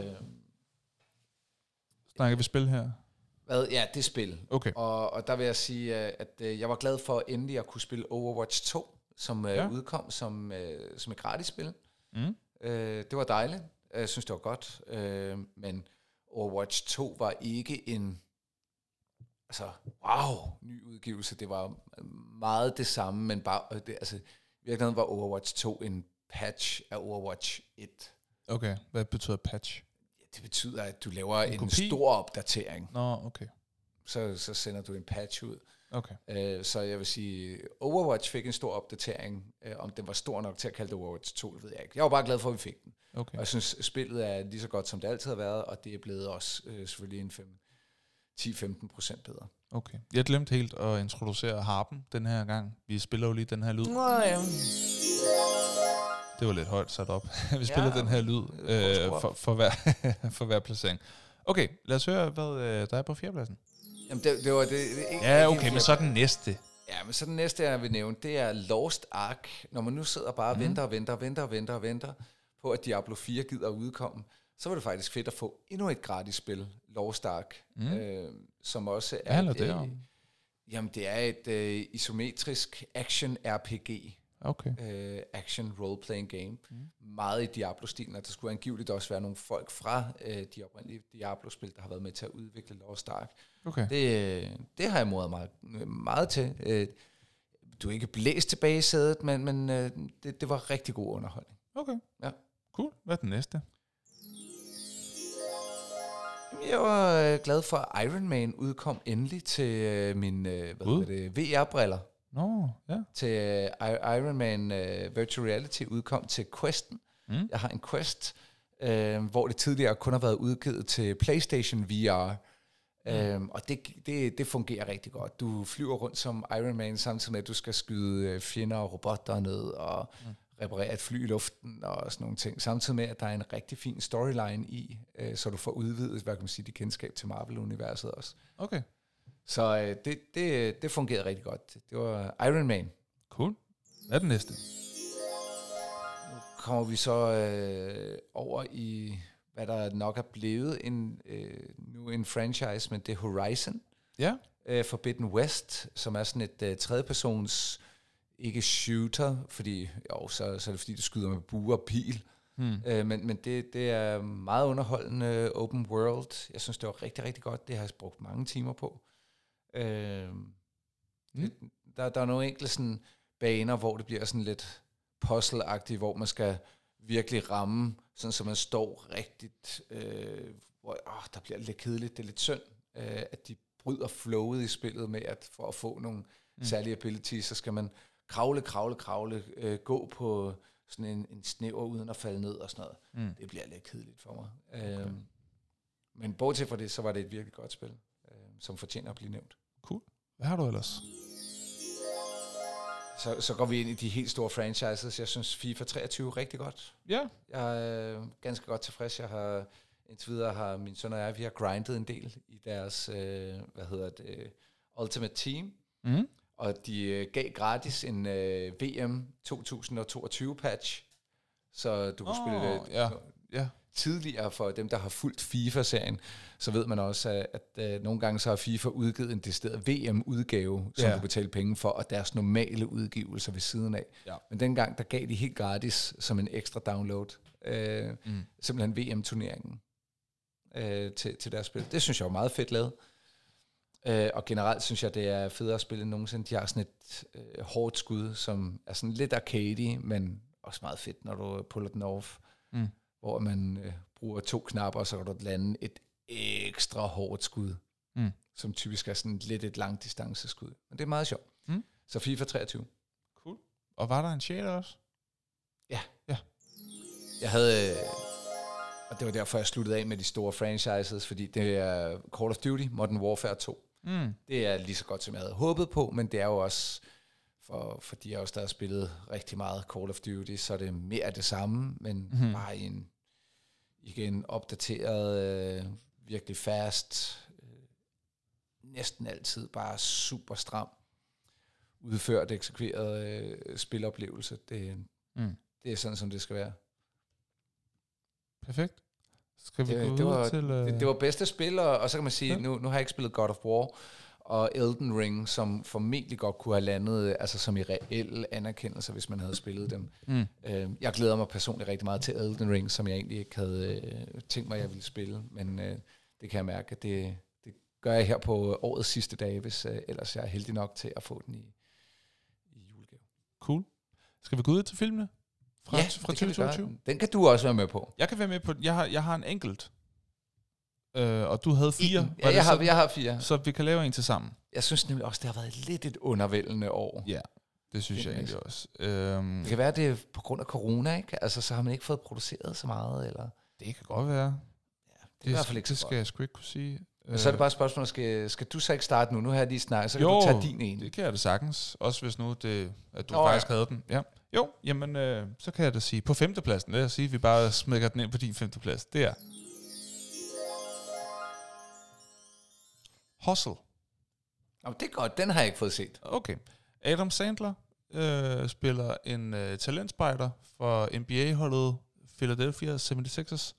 Snakker vi spil her? Hvad? Ja, det er spil. Okay. Og, og der vil jeg sige, at øh, jeg var glad for endelig at kunne spille Overwatch to, som øh, ja. udkom som, øh, som et gratis spil. Mm. Øh, det var dejligt. Jeg synes, det var godt. Øh, men Overwatch to var ikke en altså, wow, ny udgivelse. Det var meget det samme, men bare det, altså, virkelig var Overwatch to en patch af Overwatch et. Okay, hvad betyder patch? Ja, det betyder, at du laver en, en kopi? stor opdatering. Nå, okay. Så, så sender du en patch ud. Okay. Uh, så jeg vil sige, Overwatch fik en stor opdatering. Uh, om den var stor nok til at kalde det Overwatch to, det ved jeg ikke. Jeg var bare glad for, at vi fik den. Okay. Og jeg synes, spillet er lige så godt, som det altid har været, og det er blevet også uh, selvfølgelig en ti til femten procent bedre. Okay. Jeg glemte helt at introducere harpen den her gang. Vi spiller jo lige den her lyd. Nå ja. Det var lidt højt sat op. Vi spiller Ja, den her lyd øh, for, for, hver, for hver placering. Okay, lad os høre, hvad øh, der er på fjerdepladsen. Jamen, det, det var det, det ikke Ja, okay, men så den næste. Ja, men så den næste, jeg vil nævne, det er Lost Ark. Når man nu sidder bare og Mm. venter og venter og venter og venter og venter på, at Diablo fire gider at udkomme, så var det faktisk fedt at få endnu et gratis spil, Lost Ark, Mm. øh, som også Hvad er handler et, det øh, om? Jamen, det er et øh, isometrisk action-R P G. Okay. Øh, action role-playing game. Mm. Meget i Diablo-stilen, og der skulle angiveligt også være nogle folk fra øh, de oprindelige Diablo-spil, der har været med til at udvikle Lost Ark. Okay. Det, det har jeg modet meget, meget til. Øh, du er ikke blæst tilbage i sædet, men, men øh, det, det var rigtig god underholdning. Okay. Ja. Cool. Hvad er den næste? Jeg var øh, glad for, at Iron Man udkom endelig til øh, min øh, hvad Ud? hedder det, V R-briller. Nå, ja. Til øh, Iron Man øh, Virtual Reality udkom til Questen. Mm. Jeg har en Quest, øh, hvor det tidligere kun har været udgivet til PlayStation V R. Mm. Øhm, og det, det, det fungerer rigtig godt. Du flyver rundt som Iron Man, samtidig med, at du skal skyde fjender og robotter ned og mm. reparere et fly i luften og sådan nogle ting. Samtidig med, at der er en rigtig fin storyline i, øh, så du får udvidet, hvad kan man sige, dit kendskab til Marvel-universet også. Okay. Så øh, det, det, det fungerede rigtig godt. Det var Iron Man. Cool. Hvad er den næste? Nu kommer vi så øh, over i, hvad der nok er blevet en, øh, nu en franchise, men det er Horizon. Ja. Øh, Forbidden West, som er sådan et øh, tredjepersons, ikke shooter, fordi jo, så, så er det fordi, du skyder med bue og pil. Hmm. Øh, men men det, det er meget underholdende open world. Jeg synes, det var rigtig, rigtig godt. Det har jeg brugt mange timer på. Øh, Mm. det, der, der er nogle enkelte sådan baner, hvor det bliver sådan lidt puzzle-agtigt, hvor man skal virkelig ramme, sådan så man står rigtigt, øh, hvor åh, der bliver lidt kedeligt. Det er lidt synd, øh, at de bryder flowet i spillet med, at for at få nogle mm. særlige abilities, så skal man kravle, kravle, kravle, øh, gå på sådan en, en snæver uden at falde ned og sådan noget. Mm. Det bliver lidt kedeligt for mig. Okay. Øh, men bortset fra det, så var det et virkelig godt spil, øh, som fortjener at blive nævnt. Cool. Hvad har du ellers? Så, så går vi ind i de helt store franchises. Jeg synes FIFA treogtyve er rigtig godt. Ja. Jeg er ganske godt tilfreds. Jeg har indtil videre har min søn og jeg, vi har grindet en del i deres, øh, hvad hedder det, Ultimate Team. Mm. Og de øh, gav gratis en øh, V M to tusind og toogtyve patch, så du kunne oh, spille det ja. Ja. tidligere for dem, der har fulgt FIFA-serien. Så ved man også, at, at øh, nogle gange så har FIFA udgivet en decideret V M-udgave, som ja. du betaler penge for, og deres normale udgivelser ved siden af. Ja. Men dengang, der gav de helt gratis som en ekstra download, øh, mm. simpelthen V M-turneringen øh, til, til deres spil. Det synes jeg var meget fedt lavet. Uh, og generelt synes jeg, det er federe at spille end nogensinde. De har sådan et uh, hårdt skud, som er sådan lidt arcade, men også meget fedt, når du puller den off. Mm. Hvor man uh, bruger to knapper, og så kan du lande et ekstra hårdt skud, mm. som typisk er sådan lidt et langt distanceskud. Men det er meget sjovt. Mm. Så FIFA treogtyve. Cool. Og var der en sjæl også? Ja. Ja. Jeg havde... Uh, og det var derfor, jeg sluttede af med de store franchises, fordi det er Call of Duty, Modern Warfare to. Mm. Det er lige så godt, som jeg havde håbet på, men det er jo også, for, fordi jeg også der har spillet rigtig meget Call of Duty, så er det mere af det samme, men mm. bare i en igen opdateret, øh, virkelig fast, øh, næsten altid bare super stram, udført, eksekveret øh, spiloplevelse. Det, mm. det er sådan, som det skal være. Perfekt. Skal vi det, gå det, ud var, til... Uh... det, det var bedste spil, og, og så kan man sige, ja. nu, nu har jeg ikke spillet God of War, og Elden Ring, som formentlig godt kunne have landet, altså som i reel anerkendelse, hvis man havde spillet dem. Mm. Øh, jeg glæder mig personligt rigtig meget til Elden Ring, som jeg egentlig ikke havde øh, tænkt mig, jeg ville spille, men øh, det kan jeg mærke, at det, det gør jeg her på årets sidste dage, hvis øh, ellers jeg er heldig nok til at få den i, i julegave. Cool. Skal vi gå ud til filmene? Fra, ja, fra tyve toogtyve? Den kan du også være med på. Jeg kan være med på, jeg har, jeg har en enkelt. Øh, og du havde fire. En, ja, jeg har, jeg har fire. Så vi kan lave en til sammen. Jeg synes nemlig også, det har været lidt et undervældende år. Ja, det synes det jeg egentlig også. Øhm, det kan være, det er på grund af corona, ikke? Altså, så har man ikke fået produceret så meget, eller? Det kan godt være. Ja, det, det, i hvert fald ikke det skal jeg sgu ikke kunne sige. Men så er det bare et spørgsmål, skal, skal du så ikke starte nu? Nu har jeg lige snakket, så kan jo, du tage din ene. Det kan jeg det sagtens. Også hvis nu, det, at du Nå, faktisk ja. havde den. Ja. Jo, jamen, øh, så kan jeg da sige, på femtepladsen, lad os sige, at vi bare smækker den ind på din femteplads, det er Hustle. Oh, det er godt, den har jeg ikke fået set. Okay. Adam Sandler øh, spiller en øh, talentspejder for N B A-holdet Philadelphia seventy-sixers,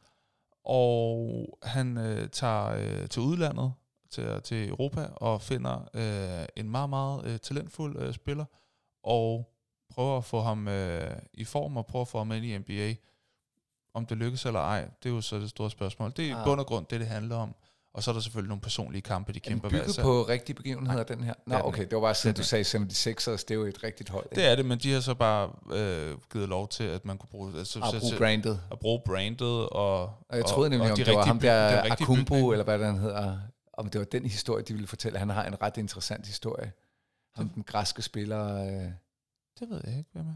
og han øh, tager øh, til udlandet, til, til Europa, og finder øh, en meget, meget øh, talentfuld øh, spiller, og prøver at få ham øh, i form, og prøver at få ham ind i N B A. Om det lykkes eller ej, det er jo så det store spørgsmål. Det er i Ah. bund og grund det, det handler om. Og så er der selvfølgelig nogle personlige kampe, de kæmper Den hver bygget især. på rigtige begivenheder, den her? Nå, Ja, den okay, det var bare sådan, at du sagde seventy-sixers, det er jo et rigtigt hold. Det er det, men de har så bare øh, givet lov til, at man kunne bruge... Altså, At bruge brandet. At bruge brandet, og... Og jeg troede nemlig, og om de det var rigtige ham by- der den rigtige Akumbo, bygning. eller hvad den hedder. Om det var den historie, de ville fortælle. Han har en ret interessant historie. Ham, den græske spiller... Øh, Det ved jeg ikke, hvem er.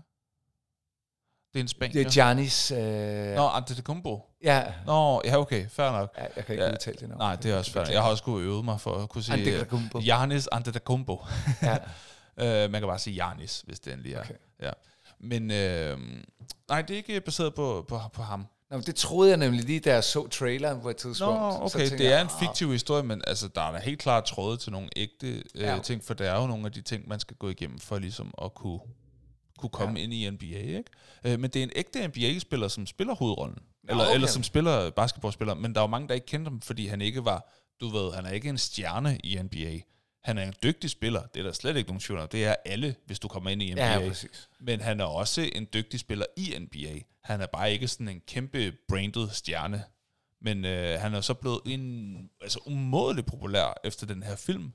Det er en spanier. det er Giannis... Øh, Nå, Antetokounmpo. ja, Nå, ja, okay, fair nok. ja, jeg kan ikke Ja. udtale det nu. Nej, det er også fair. Jeg har også kunnet øve mig for at kunne sige... Antetokounmpo. Giannis Antetokounmpo. Ja. uh, man kan bare sige Giannis, hvis det endelig er. Okay. Ja. Men øh, nej, det er ikke baseret på, på, på ham. Nå, det troede jeg nemlig lige, da jeg så traileren på et tidspunkt. Nå, Så okay, tænkte det er jeg, en fiktiv historie, men altså, der er da helt klart tråde til nogle ægte øh, Ja. ting, for der er jo nogle af de ting, man skal gå igennem for ligesom at kunne, kunne komme Ja. ind i N B A, ikke? Øh, men det er en ægte N B A-spiller, som spiller hovedrollen. Eller, okay. eller som spiller basketballspiller, men der er jo mange, der ikke kendte ham, fordi han ikke var, du ved, han er ikke en stjerne i N B A. Han er en dygtig spiller, det er der slet ikke nogen tvivl om. Det er alle, hvis du kommer ind i N B A. Ja, præcis. Men han er også en dygtig spiller i N B A. Han er bare ikke sådan en kæmpe branded stjerne. Men øh, han er så blevet en, altså umådeligt populær efter den her film.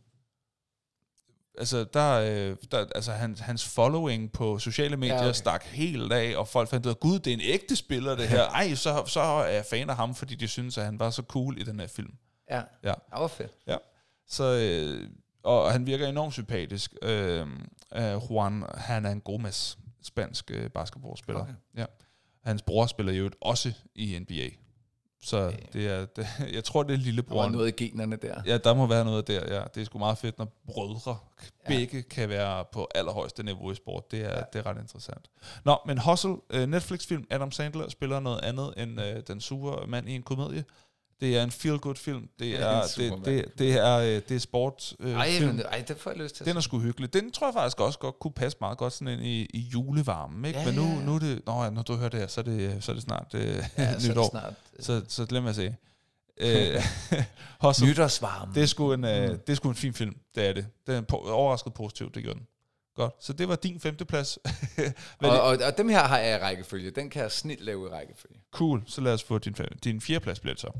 Altså, der, øh, der, altså hans, hans following på sociale medier Ja, ja, okay. okay. stak helt af, og folk fandt ud af, gud, det er en ægte spiller, det her. Ej, så, så er jeg fan af ham, fordi de synes, at han var så cool i den her film. Ja, Ja. det var fedt. Ja. Så, øh, og han virker enormt sympatisk. Øh, øh, Juan Hernan Gomez, spansk øh, basketballspiller. Okay. Ja. Hans bror spiller jo også i N B A. Så Ja. det er, det, jeg tror, det er Der var lillebroren. noget i generne der. Ja, der må være noget der, ja. Det er sgu meget fedt, når brødre Ja. begge kan være på allerhøjeste niveau i sport. Det er, Ja. ja. det er ret interessant. Nå, men Hustle, øh, Netflix-film, Adam Sandler spiller noget andet end øh, den sure mand i en komedie. Det er en feel-good-film. Det Ja, er, en det, supermand. det, det er, øh, det er sport. Øh, Ej, film. men, ej, det får jeg lyst til. at Den er se. sgu hyggelig. Den tror jeg faktisk også godt kunne passe meget godt sådan ind i, i julevarmen, ikke? Ja, Men nu, ja, ja. nu er det, nå ja, når du hører det her, så er det, så er det snart øh, Ja, så er det nytår. snart Så, så lad mig se. Øh, Hustle, nytårsvarme. det er, sgu en, øh, Mm. det er sgu en fin film, det er det. Det er en po- overrasket positivt, det gjorde den. Godt, så det var din femteplads. Hvad og, det? og, og dem her har jeg i rækkefølge. Den kan jeg snit lave i rækkefølge. Cool, så lad os få din, fem- din fjerdeplads bliver det så. Ja.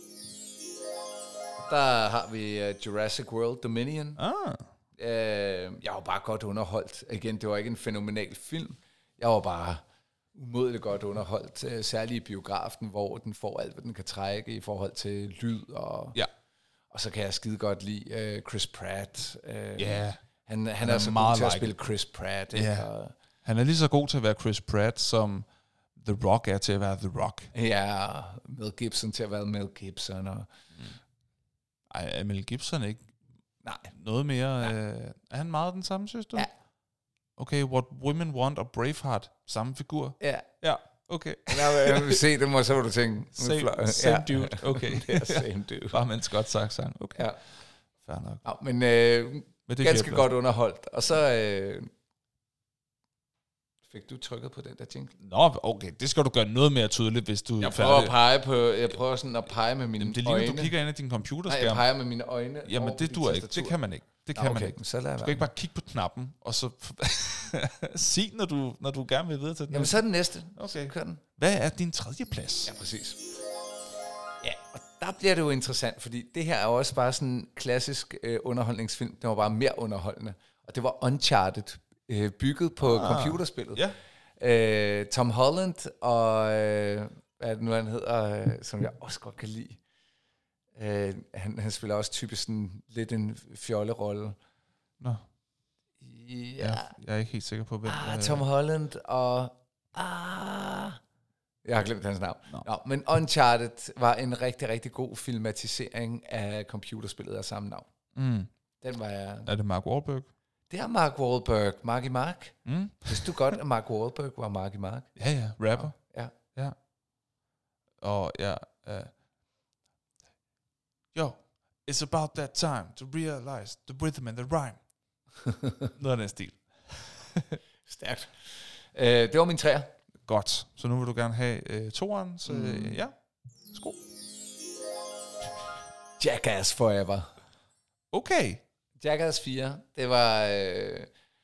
Der har vi uh, Jurassic World Dominion. Ah, Uh, jeg var bare godt underholdt. Igen, det var ikke en fænomenal film. Jeg var bare umådeligt godt underholdt. Uh, særligt i biografen, hvor den får alt, hvad den kan trække i forhold til lyd. Og, ja. og så kan jeg skide godt lide uh, Chris Pratt. Uh, Ja, han, han, han er, er så god meget til at like. spille Chris Pratt. Ikke? Ja. Og, han er lige så god til at være Chris Pratt, som The Rock er til at være The Rock. ja, Mel Gibson til at være Mel Gibson. Og, Ej, er Mel Gibson ikke nej, noget mere... Øh, er han meget den samme, synes du? Ja. Okay, What Women Want og Braveheart, samme figur. ja. Ja, okay. Jeg vil se dem, og så vil du tænke... Same, same dude, okay. det er same dude. Bare med en Scott sagt sang. Okay, Ja. fair nok. Ja, men øh, Men det er ganske fjerdeplads. godt underholdt. Og så øh, fik du trykket på den der jingle. Nå, okay, det skal du gøre noget mere tydeligt, hvis du Jeg er prøver at færdig. pege på, jeg prøver sådan at pege med mine Jamen, det ligner, øjne. du kigger ind i din Nej, jeg computerskærm. peger med mine øjne. Jamen, over det dit duer ikke. tastatur. Det kan man ikke. Det Nå, kan okay, man ikke. så lad jeg Du skal være. ikke bare kigge på knappen, og så sig, når du, når du gerne vil videre til den. Jamen, så er den næste. Okay. Så kører den. Hvad er din tredje plads? Ja, præcis. Ja, og der bliver det jo interessant, fordi det her er jo også bare sådan en klassisk øh, underholdningsfilm. Den var bare mere underholdende. Og det var Uncharted, øh, bygget på Ah. computerspillet. Ja. Øh, Tom Holland og, øh, hvad er det nu, han hedder, øh, som jeg også godt kan lide. Øh, han, han spiller også typisk sådan lidt en fjollerolle. Nå, Ja, jeg, jeg er ikke helt sikker på, hvem... ah, øh, Tom Holland og... Ah, jeg har glemt hans navn. Nå. Nå, men Uncharted var en rigtig, rigtig god filmatisering af computerspillet af samme navn. Mm. Den var jeg... Er det Mark Wahlberg? Det er Mark Wahlberg, Marky Mark. Mm. Hvis du godt, at Mark Wahlberg var Marky Mark. Ja, ja, rapper. Ja. Ja. Og ja, uh, yo, it's about that time to realize the rhythm and the rhyme. Noget af den stil. Stærkt. Uh, det var min træer. Godt. Så nu vil du gerne have uh, toeren, så mm. uh, ja, sko. Jackass Forever. Okay. Jackass fire, det var... Øh,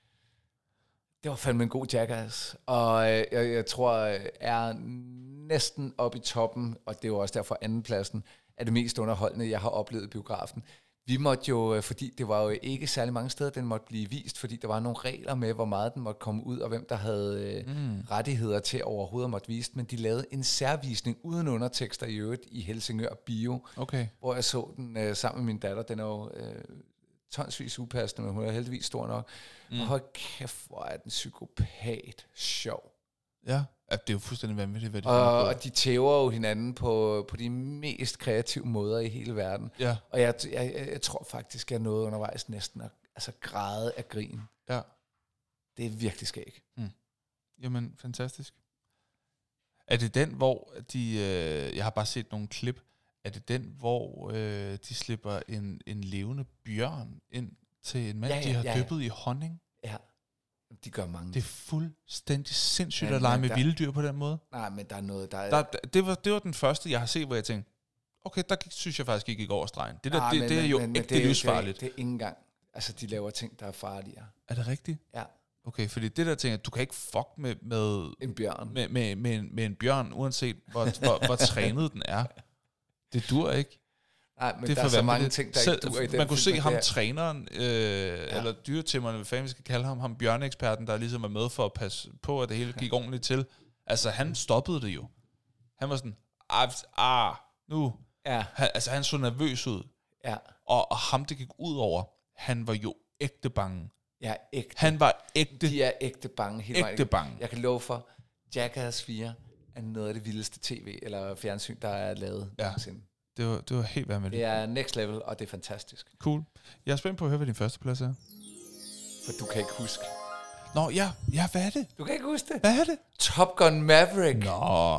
det var fandme en god Jackass. Og øh, jeg, jeg tror, er næsten oppe i toppen, og det er jo også derfor andenpladsen, er det mest underholdende, jeg har oplevet i biografen. Vi måtte jo, fordi det var jo ikke særlig mange steder, den måtte blive vist, fordi der var nogle regler med, hvor meget den måtte komme ud, og hvem der havde mm. rettigheder til overhovedet måtte vise, men de lavede en særvisning uden undertekster i øvrigt i Helsingør Bio, okay. hvor jeg så den øh, sammen med min datter. Den er jo øh, tonsvis upassende, men hun er heldigvis stor nok. Mm. Og hold kæft, hvor er den psykopat sjov. Ja, at det er jo fuldstændig vanvittigt, hvad de og, og de tæver jo hinanden på, på de mest kreative måder i hele verden. Ja. Og jeg, jeg, jeg tror faktisk, jeg nåede undervejs næsten at altså, græde af grin. Ja. Det er virkelig skægt. Mm. Jamen, fantastisk. Er det den, hvor de... Øh, jeg har bare set nogle klip. Er det den, hvor øh, de slipper en, en levende bjørn ind til en mand, ja, ja, de har ja, ja. dyppet i honning? Ja. De gør mange. Det er fuldstændig sindssygt ja, at lege med der, vilde dyr på den måde. Nej, men der er noget, der er... Der, det, var, det var den første, jeg har set, hvor jeg tænkte, okay, der gik, synes jeg faktisk ikke gik over stregen. Det, der, nej, det, men, det er jo men, ikke det livsfarligt. Det, det er ikke engang. Altså, de laver ting, der er farligere. Er det rigtigt? Ja. Okay, fordi det der ting, at du kan ikke fuck med... med en bjørn. Med, med, med, en, med en bjørn, uanset hvor, hvor, hvor trænet den er. Det dur ikke. Nej, men det er der er så mange ting, der Selv, ikke dur i den. Man kunne se ham, træneren, øh, ja. eller dyretæmmerne, hvad fanden vi skal kalde ham, ham bjørneeksperten, der ligesom er med for at passe på, at det hele gik ordentligt til. Altså, han stoppede det jo. Han var sådan, ah, ah nu. Ja. Han, altså, han så nervøs ud. Ja. Og, og ham, det gik ud over, han var jo ægte bange. Ja, ægte. Han var ægte. De er ægte bange. Helt ægte vejen. bange. Jeg kan love for, Jackass fire er noget af det vildeste tv eller fjernsyn, der er lavet ja. nogensinde. Det var, det var helt vanvittigt. Det er next level, og det er fantastisk. Cool. Jeg er spændt på at høre, hvad din første plads er. For du kan ikke huske. Nå, ja. Ja, hvad er det? Du kan ikke huske det? Hvad er det? Top Gun Maverick. Nå.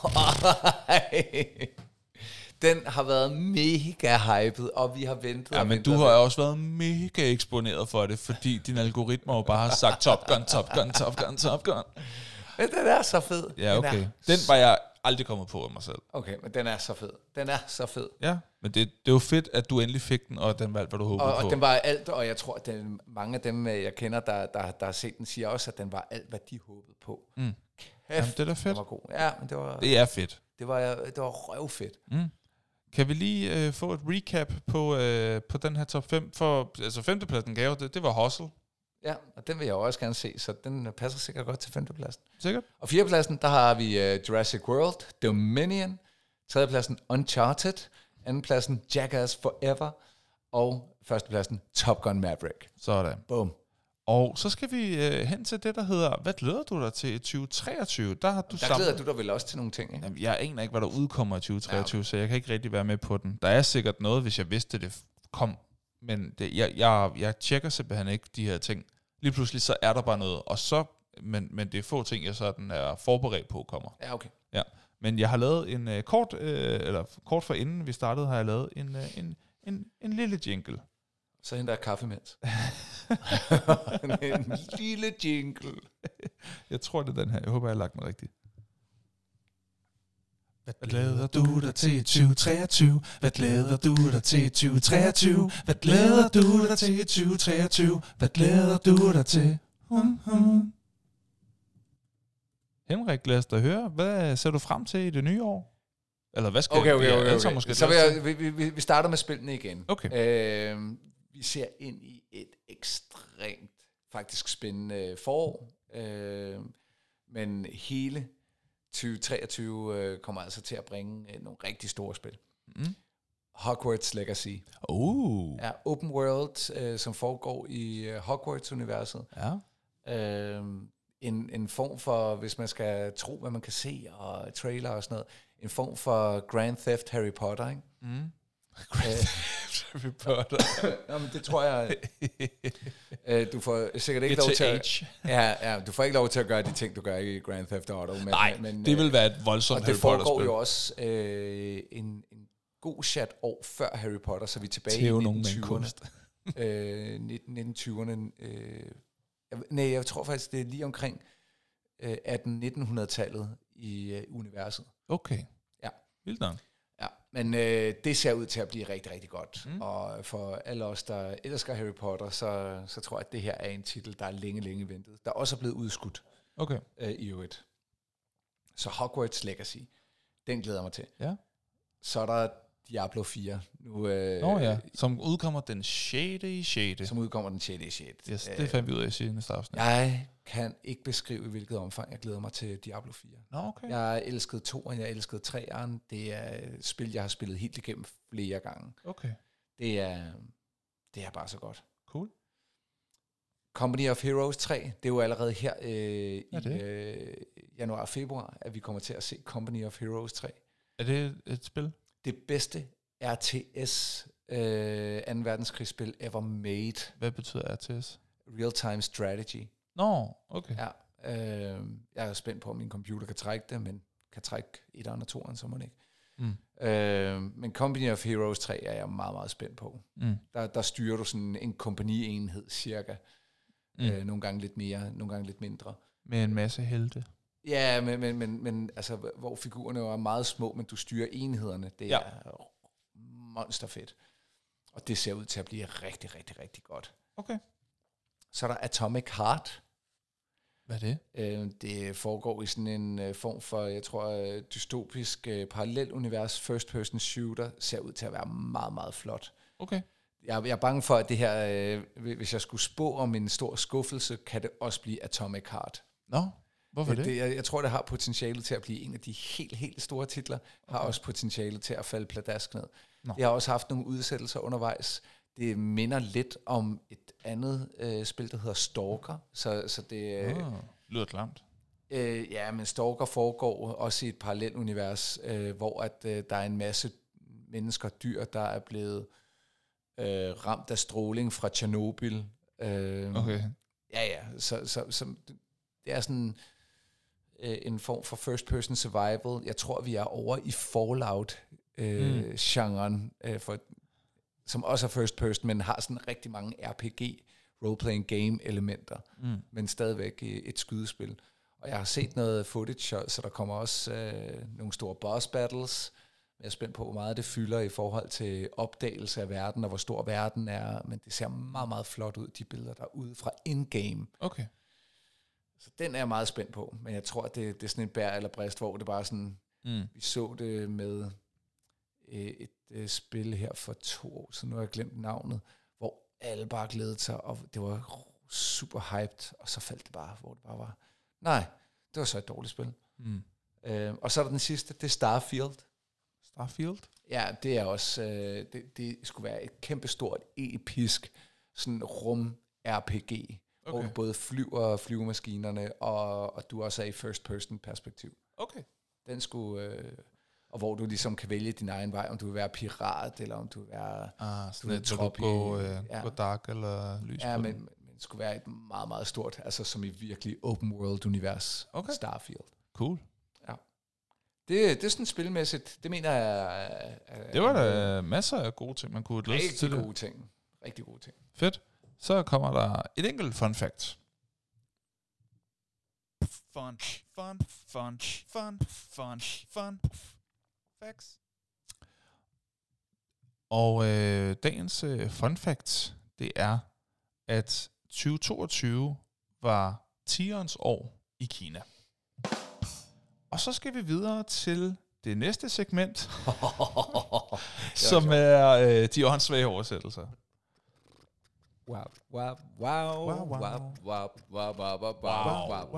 Den har været mega hypet, og vi har ventet. Ja, men du har også været mega eksponeret for det, fordi din algoritmer jo bare har sagt Top Gun, Top Gun, Top Gun, Top Gun. Men den er så fed. Ja, okay. Den, den var jeg aldrig kommet på af mig selv. Okay, men den er så fed. Den er så fed. Ja, men det, det er jo fedt, at du endelig fik den, og den valgte, hvad du håbede og, på. Og den var alt, og jeg tror, at den, mange af dem, jeg kender, der, der, der har set den, siger også, at den var alt, hvad de håbede på. Mm. Kæft, Jamen, det er da fedt. Det var god. Ja, men det var... Det er fedt. Det var, det var røvfedt. Mm. Kan vi lige øh, få et recap på, øh, på den her top fem? For altså femtepladsen gave, det, det var Hustle. Ja, og den vil jeg også gerne se, så den passer sikkert godt til femtepladsen. Sikkert. Og fjerdepladsen, der har vi uh, Jurassic World, Dominion. Tredjepladsen Uncharted. Andenpladsen Jackass Forever. Og førstepladsen Top Gun Maverick. Sådan. Boom. Og så skal vi øh, hen til det, der hedder, hvad glæder du dig til i tyve treogtyve? Der har du der sammen... glæder du dig vel også til nogle ting, ikke? Jamen, jeg aner ikke, hvad der udkommer i tyve treogtyve, ja, okay. Så jeg kan ikke rigtig være med på den. Der er sikkert noget, hvis jeg vidste, det kom. Men det, jeg, jeg, jeg tjekker simpelthen ikke de her ting. Lige pludselig så er der bare noget, og så, men, men det er få ting, jeg sådan er forberedt på kommer. Ja, okay. Ja, men jeg har lavet en uh, kort, uh, eller kort for inden vi startede, har jeg lavet en, uh, en, en, en lille jingle. Så henter jeg kaffe imens. En lille jingle. Jeg tror, det er den her. Jeg håber, jeg har lagt den rigtigt. Hvad glæder du dig til i tyve treogtyve? Hvad glæder du dig til i tyve treogtyve? Hvad glæder du dig til i tyve treogtyve? Hvad glæder du dig til? Hum, hum. Henrik, lad os da høre. Hvad ser du frem til i det nye år? Eller hvad skal okay, okay, okay, okay. okay. Måske så vil jeg, vi, vi, vi starter med spillene igen. Okay. Øh, vi ser ind i et ekstremt, faktisk spændende forår. Øh, men hele tyve treogtyve øh, kommer altså til at bringe øh, nogle rigtig store spil. Mm. Hogwarts Legacy. Uh. Er open world, øh, som foregår i øh, Hogwarts-universet. Ja. Øh, en, en form for, hvis man skal tro, hvad man kan se, og trailer og sådan noget, en form for Grand Theft Harry Potter, ikke? Mm. Grand Theft Harry Potter. Jamen, det tror jeg. Uh, du får sikkert ikke lov til at, ja, ja, du får ikke lov til at gøre de ting, du gør i Grand Theft Auto. Men, Nej, men, det vil være et voldsomt Harry Potter-spil. Og det foregår jo også øh, en, en god chat år før Harry Potter, så vi er tilbage Tæve i nogen nitten tyverne. med øh, nitten tyverne. Øh, jeg, nej, jeg tror faktisk, det er lige omkring øh, atten nitten hundrede-tallet i øh, universet. Okay. Ja. Vildt nok. Ja, men øh, det ser ud til at blive rigtig, rigtig godt. Mm. Og for alle os, der elsker Harry Potter, så, så tror jeg, at det her er en titel, der er længe, længe ventet. Der er også blevet udskudt Okay. øh, i øvrigt. Så Hogwarts Legacy, den glæder jeg mig til. Ja. Så er der Diablo fire. Nu, øh, Nå ja, som udkommer den sjette i sjette. Som udkommer den sjette i sjette. Yes, det fandt vi ud af i sidste afsnit. Jeg kan ikke beskrive, i hvilket omfang jeg glæder mig til Diablo fire. Nå, okay. Jeg elskede toeren, jeg elskede treeren. Det er et spil, jeg har spillet helt igennem flere gange. Okay. Det er, det er bare så godt. Cool. Company of Heroes tre, det er jo allerede her øh, ja, i øh, januar og februar, at vi kommer til at se Company of Heroes tre. Er det et spil? Det bedste R T S øh, anden verdenskrigsspil ever made. Hvad betyder R T S? Real Time Strategy. Nå, okay. Ja, øh, jeg er spændt på, om min computer kan trække det, men kan trække etteren og toeren, så må det ikke. Mm. Øh, men Company of Heroes tre er jeg meget, meget spændt på. Mm. Der, der styrer du sådan en kompagnienhed cirka. Mm. Øh, nogle gange lidt mere, nogle gange lidt mindre. Med en masse helte. Ja, men, men, men, men altså, hvor figurerne jo er meget små, men du styrer enhederne. Det ja. er monsterfedt. Og det ser ud til at blive rigtig, rigtig, rigtig godt. Okay. Så er der Atomic Heart. Hvad er det? Øh, det foregår i sådan en øh, form for, jeg tror, øh, dystopisk øh, parallelunivers, first person shooter, ser ud til at være meget, meget flot. Okay. Jeg, jeg er bange for, at det her, øh, hvis jeg skulle spå om en stor skuffelse, kan det også blive Atomic Heart. Nå, hvorfor det? det? det jeg, jeg tror, det har potentiale til at blive en af de helt, helt store titler. Okay. Har også potentiale til at falde pladask ned. Nå. Det har også haft nogle udsættelser undervejs. Det minder lidt om et andet øh, spil, der hedder Stalker. Så, så det øh, oh, lyder klamt. Øh, ja, men Stalker foregår også i et parallelunivers, øh, hvor at øh, der er en masse mennesker og dyr, der er blevet øh, ramt af stråling fra Tjernobyl. Øh, okay. Ja, ja, så, så, så det er sådan øh, en form for first person survival. Jeg tror, vi er over i Fallout-genren, øh, mm. øh, for som også er first person, men har sådan rigtig mange R P G, role-playing game elementer, mm. men stadigvæk et skydespil. Og jeg har set noget footage, så der kommer også øh, nogle store boss battles. Jeg er spændt på, hvor meget det fylder i forhold til opdagelse af verden, og hvor stor verden er, men det ser meget, meget flot ud, de billeder, der er ude fra in-game. Okay. Så den er jeg meget spændt på, men jeg tror, at det, det er sådan en bær eller brist, hvor det bare sådan, mm. vi så det med et øh, spil her for to år siden, nu har jeg glemt navnet, hvor alle bare glædede sig, og det var super hyped, og så faldt det bare, hvor det bare var, nej, det var så et dårligt spil. Mm. Øh, og så er der den sidste, det er Starfield. Starfield? Ja, det er også, øh, det, det skulle være et kæmpestort, episk, sådan rum-R P G, okay. hvor du både flyver flyvemaskinerne, og, og du også er i first-person perspektiv. Okay. Den skulle... Øh, og hvor du ligesom kan vælge din egen vej, om du vil være pirat, eller om du vil være... Ah, sådan lidt, du gå, øh, ja. gå dark eller lys. Ja, men, men det skulle være et meget, meget stort, altså som i virkelig open world-univers. Okay. Starfield. Cool. Ja. Det, det er sådan spilmæssigt, det mener jeg... Er, det var der masser af gode ting, man kunne læse til det. Rigtig gode ting. Rigtig gode ting. Fedt. Så kommer der et enkelt fun fact. Fun, fun, fun, fun, fun, fun. Facts. Og øh, dagens øh, fun fact, det er, at tyve toogtyve var tigerens år i Kina. Og så skal vi videre til det næste segment, som er øh, de åndssvage oversættelser. Wow, wow, wow, wow, wow, wow, wow, wow, wow, wow,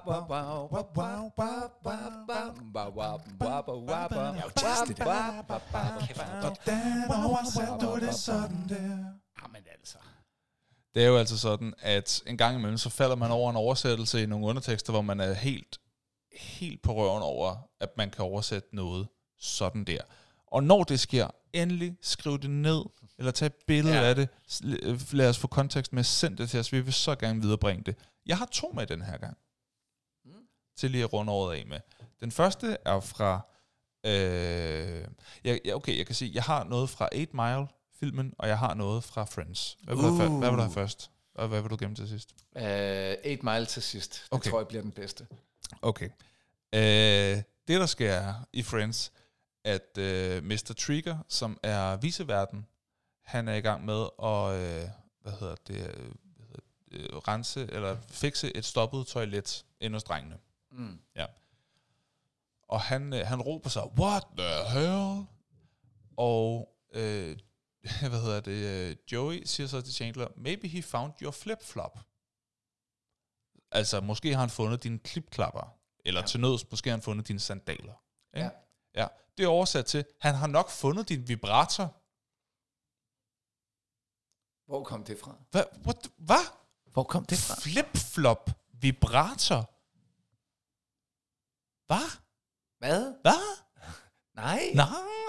Det er jo altså sådan, at en gang imellem, så falder man over en oversættelse i nogle undertekster, hvor man er helt, helt på røven over, at man kan oversætte noget sådan der. Og når det sker, endelig skriv det ned, eller tag et billede ja. af det. Lad os få kontekst med, send det til os. Vi vil så gerne viderebringe det. Jeg har to med den her gang. Mm. Til lige at runde året af med. Den første er fra... Øh, jeg, okay, jeg kan sige, jeg har noget fra eight mile-filmen, og jeg har noget fra Friends. Hvad vil, uh. du, hvad vil du have først? Og hvad vil du gemme til sidst? Uh, eight mile til sidst. Det okay. tror jeg bliver den bedste. Okay. Uh, det, der sker i Friends, at uh, mister Trigger, som er viceverden, han er i gang med at uh, hvad hedder det, hvad hedder det, uh, rense eller fikse et stoppet toilet inde hos drengene. Mm. Ja. Og han, uh, han råber sig, what the hell? Og uh, hvad hedder det, uh, Joey siger så til Chandler, maybe he found your flip-flop. Altså, måske har han fundet dine klipklapper, eller ja. til nøds, måske har han fundet dine sandaler. Ikke? Ja. Ja, det er oversat til, han har nok fundet din vibrator. Hvor kom det fra? Hvad? Hvad? Hvor kom det fra? Flip-flop vibrator. Hvad? Hvad? Hvad? Nej. Nej.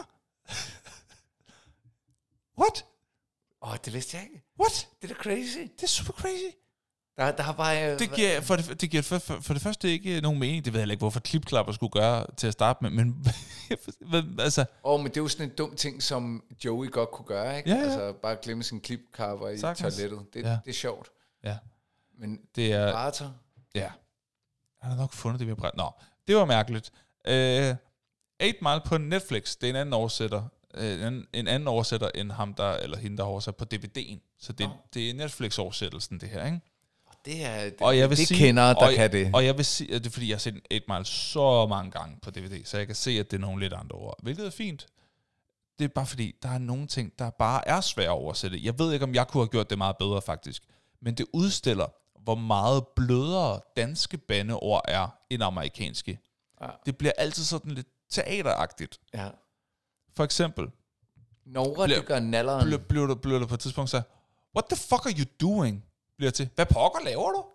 What? Åh, oh, det vidste jeg ikke. What? Det er da crazy. Det er super crazy. Der, der har bare... Uh, det giver, for, det, det giver for, for, for det første ikke nogen mening. Det ved jeg heller ikke, hvorfor klipklapper skulle gøre til at starte med. Men altså... Åh, oh, men det er jo sådan en dum ting, som Joey godt kunne gøre, ikke? Ja, ja. Altså bare glemme sin klipklapper i Sagtens. toilettet. Det, ja. det er sjovt. Ja. Men det er... vibrator? Ja. Han har nok fundet det vibrator. Nå, det var mærkeligt. Uh, eight Mile på Netflix. Det er en anden oversætter. Uh, en, en anden oversætter end ham, der, eller hende, der har oversat på D V D'en. Så det, oh. det er Netflix-oversættelsen, det her, ikke? Det er det, og jeg vil det sige, kender, der og, kan det. Og jeg vil sige, at det er fordi, jeg har set eight Mile så mange gange på D V D, så jeg kan se, at det er nogle lidt andre ord. Hvilket er fint. Det er bare fordi, der er nogle ting, der bare er svære at oversætte. Jeg ved ikke, om jeg kunne have gjort det meget bedre, faktisk. Men det udstiller, hvor meget blødere danske bandeord er end amerikanske. Ja. Det bliver altid sådan lidt teateragtigt. Ja. For eksempel. Nora dykker nalleren. Bliver bliver du, bliver du på et tidspunkt så, what the fuck are you doing? Bliver til, hvad pokker laver du?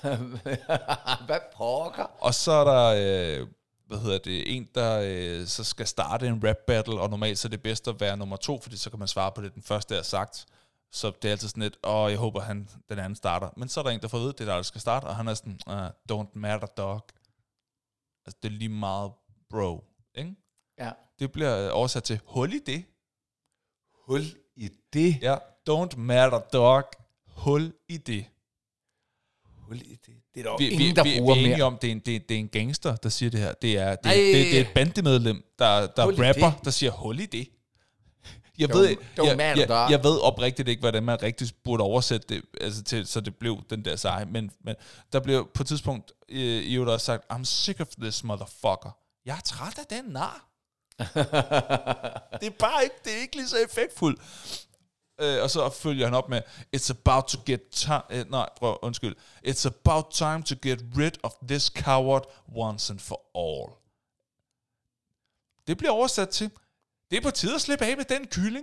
Hvad pokker? Og så er der, øh, hvad hedder det, en, der øh, så skal starte en rap battle, og normalt så er det bedst at være nummer to, fordi så kan man svare på det, den første er sagt. Så det er altid sådan lidt, åh, jeg håber, han den anden starter. Men så er der en, der får at vide, det er der, der skal starte, og han er sådan, uh, don't matter, dog. Altså, det er lige meget bro, ikke? Ja. Det bliver oversat til, hul i det. Hul i det? Ja, don't matter, dog. Hul i det. Hul i det. Det er der vi, ingen, vi, der vi, bruger vi er enige mere. om, det er, en, det, det er en gangster, der siger det her. Det er, det, det, det er et bandemedlem, der, der rapper, der siger, hul i det. Jeg ved, jeg, jeg, jeg, jeg ved oprigtigt ikke, hvordan man rigtig burde oversætte det, altså til, så det blev den der seje. Men, men der blev på et tidspunkt, øh, I jo der sagt, I'm sick of this motherfucker. Jeg er træt af den nar. Det er bare ikke, det er ikke lige så effektfuldt. Uh, og så følger han op med, it's about to get time, uh, nej, prøv, undskyld, it's about time to get rid of this coward once and for all. Det bliver oversat til, det er på tide at slippe af med den kylling.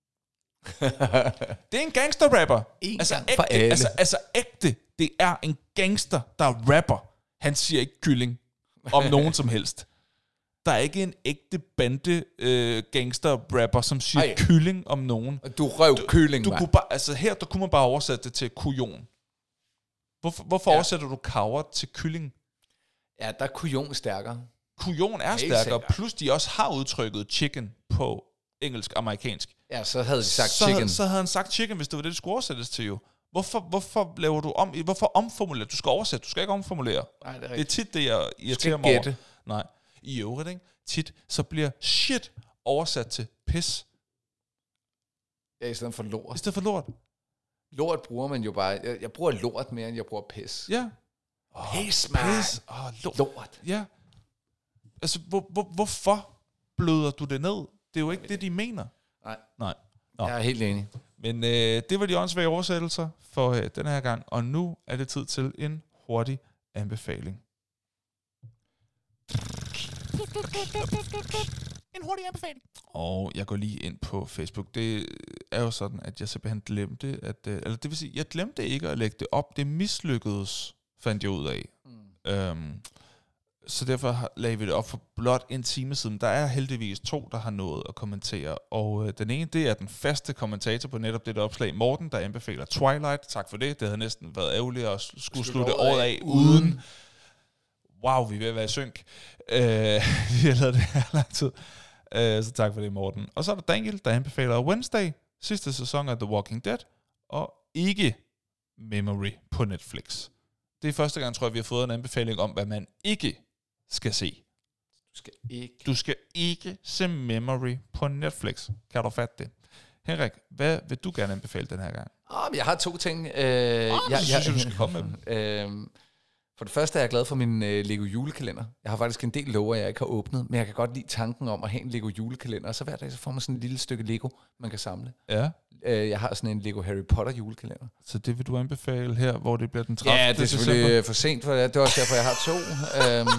Det er en gangster-rapper. En altså, gang ægte, for alle. altså, altså ægte, det er en gangster, der rapper. Han siger ikke kylling om nogen som helst. Der er ikke en ægte bande øh, gangster-rapper, som siger Ej. kylling om nogen. Du røv du, kylling, du kunne bare, altså her, der kunne man bare oversætte det til kujon. Hvorfor, hvorfor ja. oversætter du coward til kylling? Ja, der er kujon stærkere. Kujon er stærkere, sikkert. Plus de også har udtrykket chicken på engelsk-amerikansk. Ja, så havde de sagt så chicken. Havde, så havde han sagt chicken, hvis det var det, det skulle oversættes til jo. Hvorfor, hvorfor laver du om? Hvorfor omformulere? Du skal oversætte, du skal ikke omformulere. Nej, det er rigtigt. Det er tit det, jeg irriterer mig over. Nej. I øvrigt, ikke? Tit, så bliver shit oversat til pis. Ja, i stedet for lort. I stedet for lort. Lort bruger man jo bare. Jeg, jeg bruger lort mere, end jeg bruger pis. Ja. Oh, pis, man. Pis. Oh, lort. lort. Ja. Altså, hvor, hvor, hvorfor bløder du det ned? Det er jo ikke det, det de mener. Nej. Nej. Nå. Jeg er helt enig. Men øh, det var de åndssvage oversættelser for øh, den her gang. Og nu er det tid til en hurtig anbefaling. En hurtig anbefaling. Og jeg går lige ind på Facebook. Det er jo sådan, at jeg simpelthen glemte, at, eller det vil sige, jeg glemte ikke at lægge det op. Det mislykkedes, fandt jeg ud af. Mm. Øhm, Så derfor har, lagde vi det op for blot en time siden. Der er heldigvis to, der har nået at kommentere. Og øh, den ene, det er den faste kommentator på netop dette opslag, Morten, der anbefaler Twilight. Tak for det. Det havde næsten været ærgerligt at skulle slutte året af uden. Wow, vi er ved at være i synk. Øh, vi har lavet det her lang tid. Øh, så tak for det, Morten. Og så er der Daniel, der anbefaler Wednesday, sidste sæson af The Walking Dead, og ikke Memory på Netflix. Det er første gang, tror jeg, vi har fået en anbefaling om, hvad man ikke skal se. Du skal ikke. Du skal ikke se Memory på Netflix. Kan du fatte det? Henrik, hvad vil du gerne anbefale den her gang? Oh, jeg har to ting. Øh, oh, jeg, jeg synes, jeg, du skal komme med dem. Øh, for det første er jeg glad for min øh, Lego julekalender. Jeg har faktisk en del lover, jeg ikke har åbnet, men jeg kan godt lide tanken om at have en Lego julekalender, og så hver dag så får man sådan et lille stykke Lego, man kan samle. Ja. Øh, jeg har sådan en Lego Harry Potter julekalender. Så det vil du anbefale her, hvor det bliver den tredivte Ja, det er selvfølgelig december. For sent, for det er også derfor, jeg har to. øhm,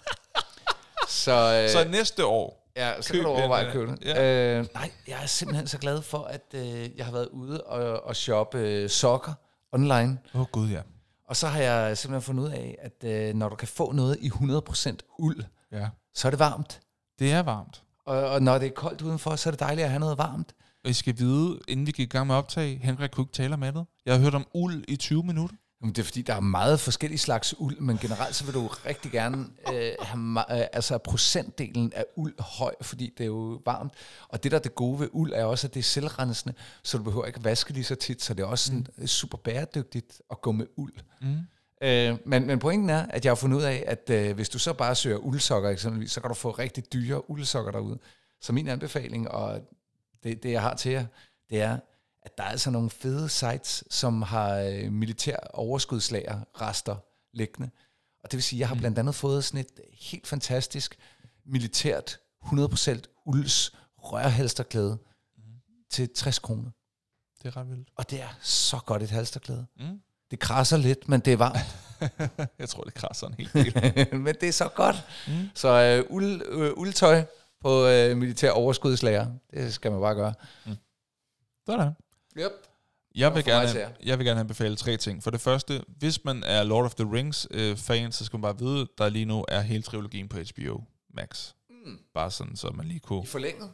så, øh, så næste år? Ja, så kan du overveje at købe det. Ja. Øh, nej, jeg er simpelthen så glad for, at øh, jeg har været ude og, og shoppe øh, sokker online. Åh oh, gud, ja. Og så har jeg simpelthen fundet ud af, at øh, når du kan få noget i hundrede procent uld, ja. så er det varmt. Det er varmt. Og, og når det er koldt udenfor, så er det dejligt at have noget varmt. Og I skal vide, inden vi gik i gang med optag, Henrik kunne ikke tale om andet. Jeg har hørt om uld i tyve minutter. Jamen, det er fordi, der er meget forskellige slags uld, men generelt så vil du rigtig gerne øh, have øh, altså procentdelen af uld høj, fordi det er jo varmt. Og det, der er det gode ved uld, er også, at det er selvrensende, så du behøver ikke vaske lige så tit, så det er også sådan, mm. super bæredygtigt at gå med uld. Mm. Øh, men, men pointen er, at jeg har fundet ud af, at øh, hvis du så bare søger uldsokker eksempelvis, så kan du få rigtig dyre uldsokker derude. Så min anbefaling, og det, det jeg har til jer, det er, at der er altså nogle fede sites, som har øh, militær overskudslager rester liggende. Og det vil sige, at jeg har blandt andet fået sådan et helt fantastisk militært hundrede procent ulds rørhalsterklæde mm. til tres kroner. Det er ret vildt. Og det er så godt et halsterklæde. Mm. Det krasser lidt, men det er varmt. Jeg tror, det krasser en hel del. Men det er så godt. Mm. Så øh, uld, øh, uldtøj på øh, militær overskudslager, det skal man bare gøre. Mm. Sådan. Yep. Jeg vil, gerne, jeg vil gerne anbefale tre ting. For det første, hvis man er Lord of the Rings øh, fan, så skal man bare vide, der lige nu er hele trilogien på H B O Max. Mm. Bare sådan, så man lige kunne... I forlænget?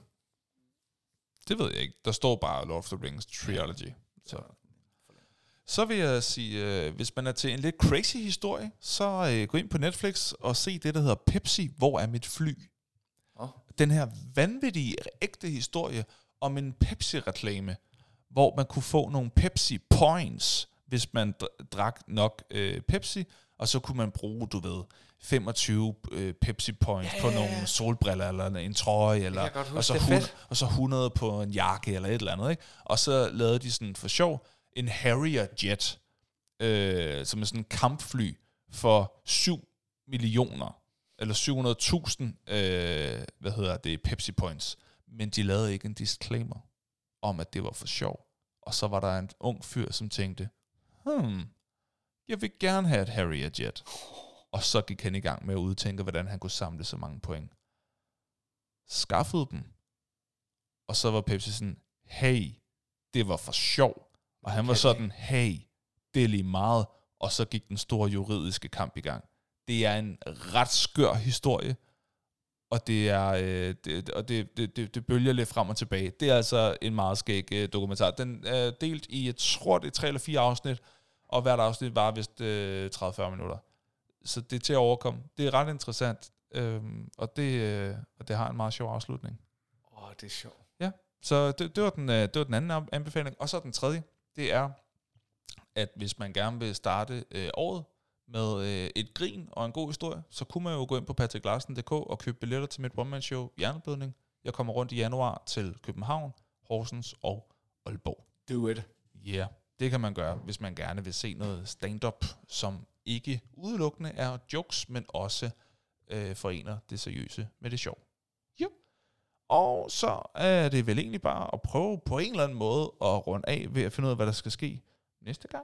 Det ved jeg ikke. Der står bare Lord of the Rings Trilogy. Så, så vil jeg sige, øh, hvis man er til en lidt crazy historie, så øh, gå ind på Netflix og se det, der hedder Pepsi, Hvor er mit fly? Oh. Den her vanvittige, ægte historie om en Pepsi-reklame, hvor man kunne få nogle Pepsi Points, hvis man drak nok øh, Pepsi, og så kunne man bruge, du ved, femogtyve øh, Pepsi Points yeah. på nogle solbriller, eller en trøje, eller, og, så hundrede, og så hundrede på en jakke, eller et eller andet, ikke? Og så lavede de sådan for sjov en Harrier Jet, øh, som er sådan en kampfly, for syv millioner, eller syv hundrede tusind, øh, hvad hedder det, Pepsi Points. Men de lavede ikke en disclaimer om, at det var for sjov. Og så var der en ung fyr, som tænkte, hmm, jeg vil gerne have et Harrier Jet. Og så gik han i gang med at udtænke, hvordan han kunne samle så mange point. Skaffede dem. Og så var Pepsi sådan, hey, det var for sjov. Og han var sådan, hey, det er lige meget. Og så gik den store juridiske kamp i gang. Det er en ret skør historie. Og det er øh, det, og det, det, det, det bølger lidt frem og tilbage. Det er altså en meget skæg øh, dokumentar. Den er delt i, jeg tror det er tre eller fire afsnit, og hvert afsnit var vist øh, tredive til fyrre minutter. Så det er til at overkomme. Det er ret interessant, øh, og, det, øh, og det har en meget sjov afslutning. Åh, oh, det er sjovt. Ja, så det, det, var den, øh, det var den anden anbefaling. Og så den tredje, det er, at hvis man gerne vil starte øh, året med øh, et grin og en god historie, så kunne man jo gå ind på patrick larsen punktum d k og købe billetter til mit one-man-show Hjerneblødning. Jeg kommer rundt i januar til København, Horsens og Aalborg. Do it. Ja, yeah, det kan man gøre, hvis man gerne vil se noget stand-up, som ikke udelukkende er jokes, men også øh, forener det seriøse med det sjov. Yep. Og så er det vel egentlig bare at prøve på en eller anden måde at runde af ved at finde ud af, hvad der skal ske næste gang.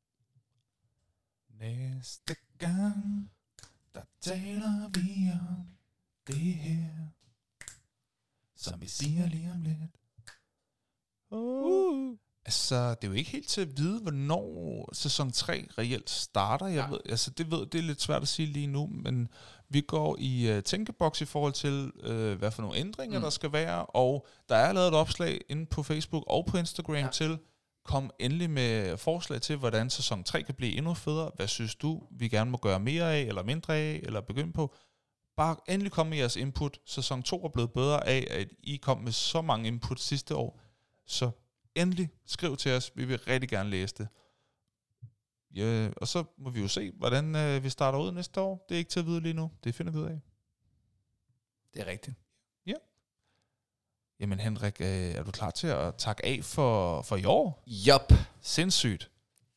Næste gang, der taler vi om det her, som vi siger lige om lidt. Uh. Altså, det er jo ikke helt til at vide, hvornår sæson tre reelt starter. Jeg ja. ved, altså, det ved det er lidt svært at sige lige nu, men Vi går i uh, tænkeboks i forhold til, uh, hvad for nogle ændringer, mm. der skal være, og der er lavet et opslag inde på Facebook og på Instagram ja. til, kom endelig med forslag til, hvordan sæson tre kan blive endnu federe. Hvad synes du, vi gerne må gøre mere af, eller mindre af, eller begynde på? Bare endelig kom med jeres input. Sæson to er blevet bedre af, at I kom med så mange input sidste år. Så endelig skriv til os. Vi vil rigtig gerne læse det. Ja, og så må vi jo se, hvordan øh, vi starter ud næste år. Det er ikke til at vide lige nu. Det finder vi ud af. Det er rigtigt. Ja. Jamen Henrik, øh, er du klar til at takke af for, for i år? Jop. Sindssygt.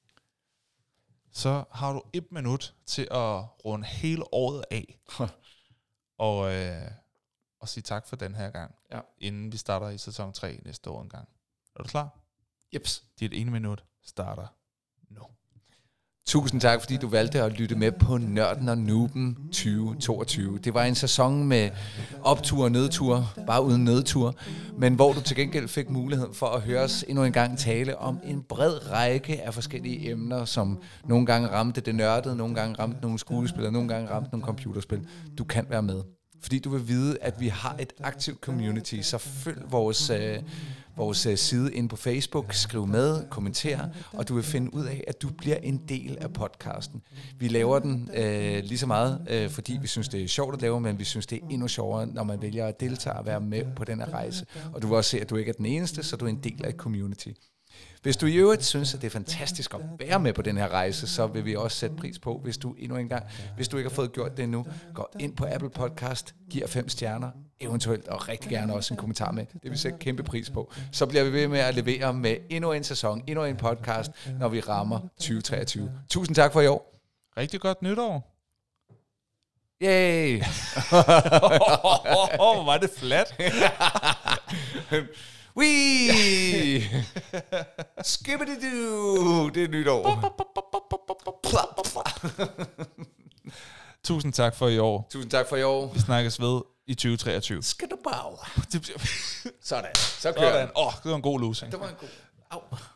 Så har du et minut til at runde hele året af. og, øh, og sige tak for den her gang. Ja. Inden vi starter i sæson tre næste år en gang. Er du klar? Jeps. Dit ene minut starter nu. Tusind tak, fordi du valgte at lytte med på Nørden og Nuben tyve toogtyve. Det var en sæson med optur og nedtur, bare uden nedtur, men hvor du til gengæld fik mulighed for at høre os endnu en gang tale om en bred række af forskellige emner, som nogle gange ramte det nørdede, nogle gange ramte nogle skuespillere, nogle gange ramte nogle computerspil. Du kan være med. Fordi du vil vide, at vi har et aktivt community, så følg vores, øh, vores side inde på Facebook, skriv med, kommenter, og du vil finde ud af, at du bliver en del af podcasten. Vi laver den øh, lige så meget, øh, fordi vi synes, det er sjovt at lave, men vi synes, det er endnu sjovere, når man vælger at deltage og være med på den her rejse. Og du vil også se, at du ikke er den eneste, så du er en del af et community. Hvis du i øvrigt synes, at det er fantastisk at være med på den her rejse, så vil vi også sætte pris på, hvis du endnu en gang, hvis du ikke har fået gjort det endnu, gå ind på Apple Podcast, giver fem stjerner, eventuelt og rigtig gerne også en kommentar med. Det vil vi sætte kæmpe pris på. Så bliver vi ved med at levere med endnu en sæson, endnu en podcast, når vi rammer tyve treogtyve. Tusind tak for i år. Rigtig godt nytår. Yay! Åh, oh, var det flat? Wee! Skibbidi-doo! Det er nytår. Tusind tak for i år. Tusind tak for i år. Vi snakkes ved i tyve treogtyve. Skidabag. Sådan. Så kører den. Åh, oh, det var en god losing. Det var en god... Au.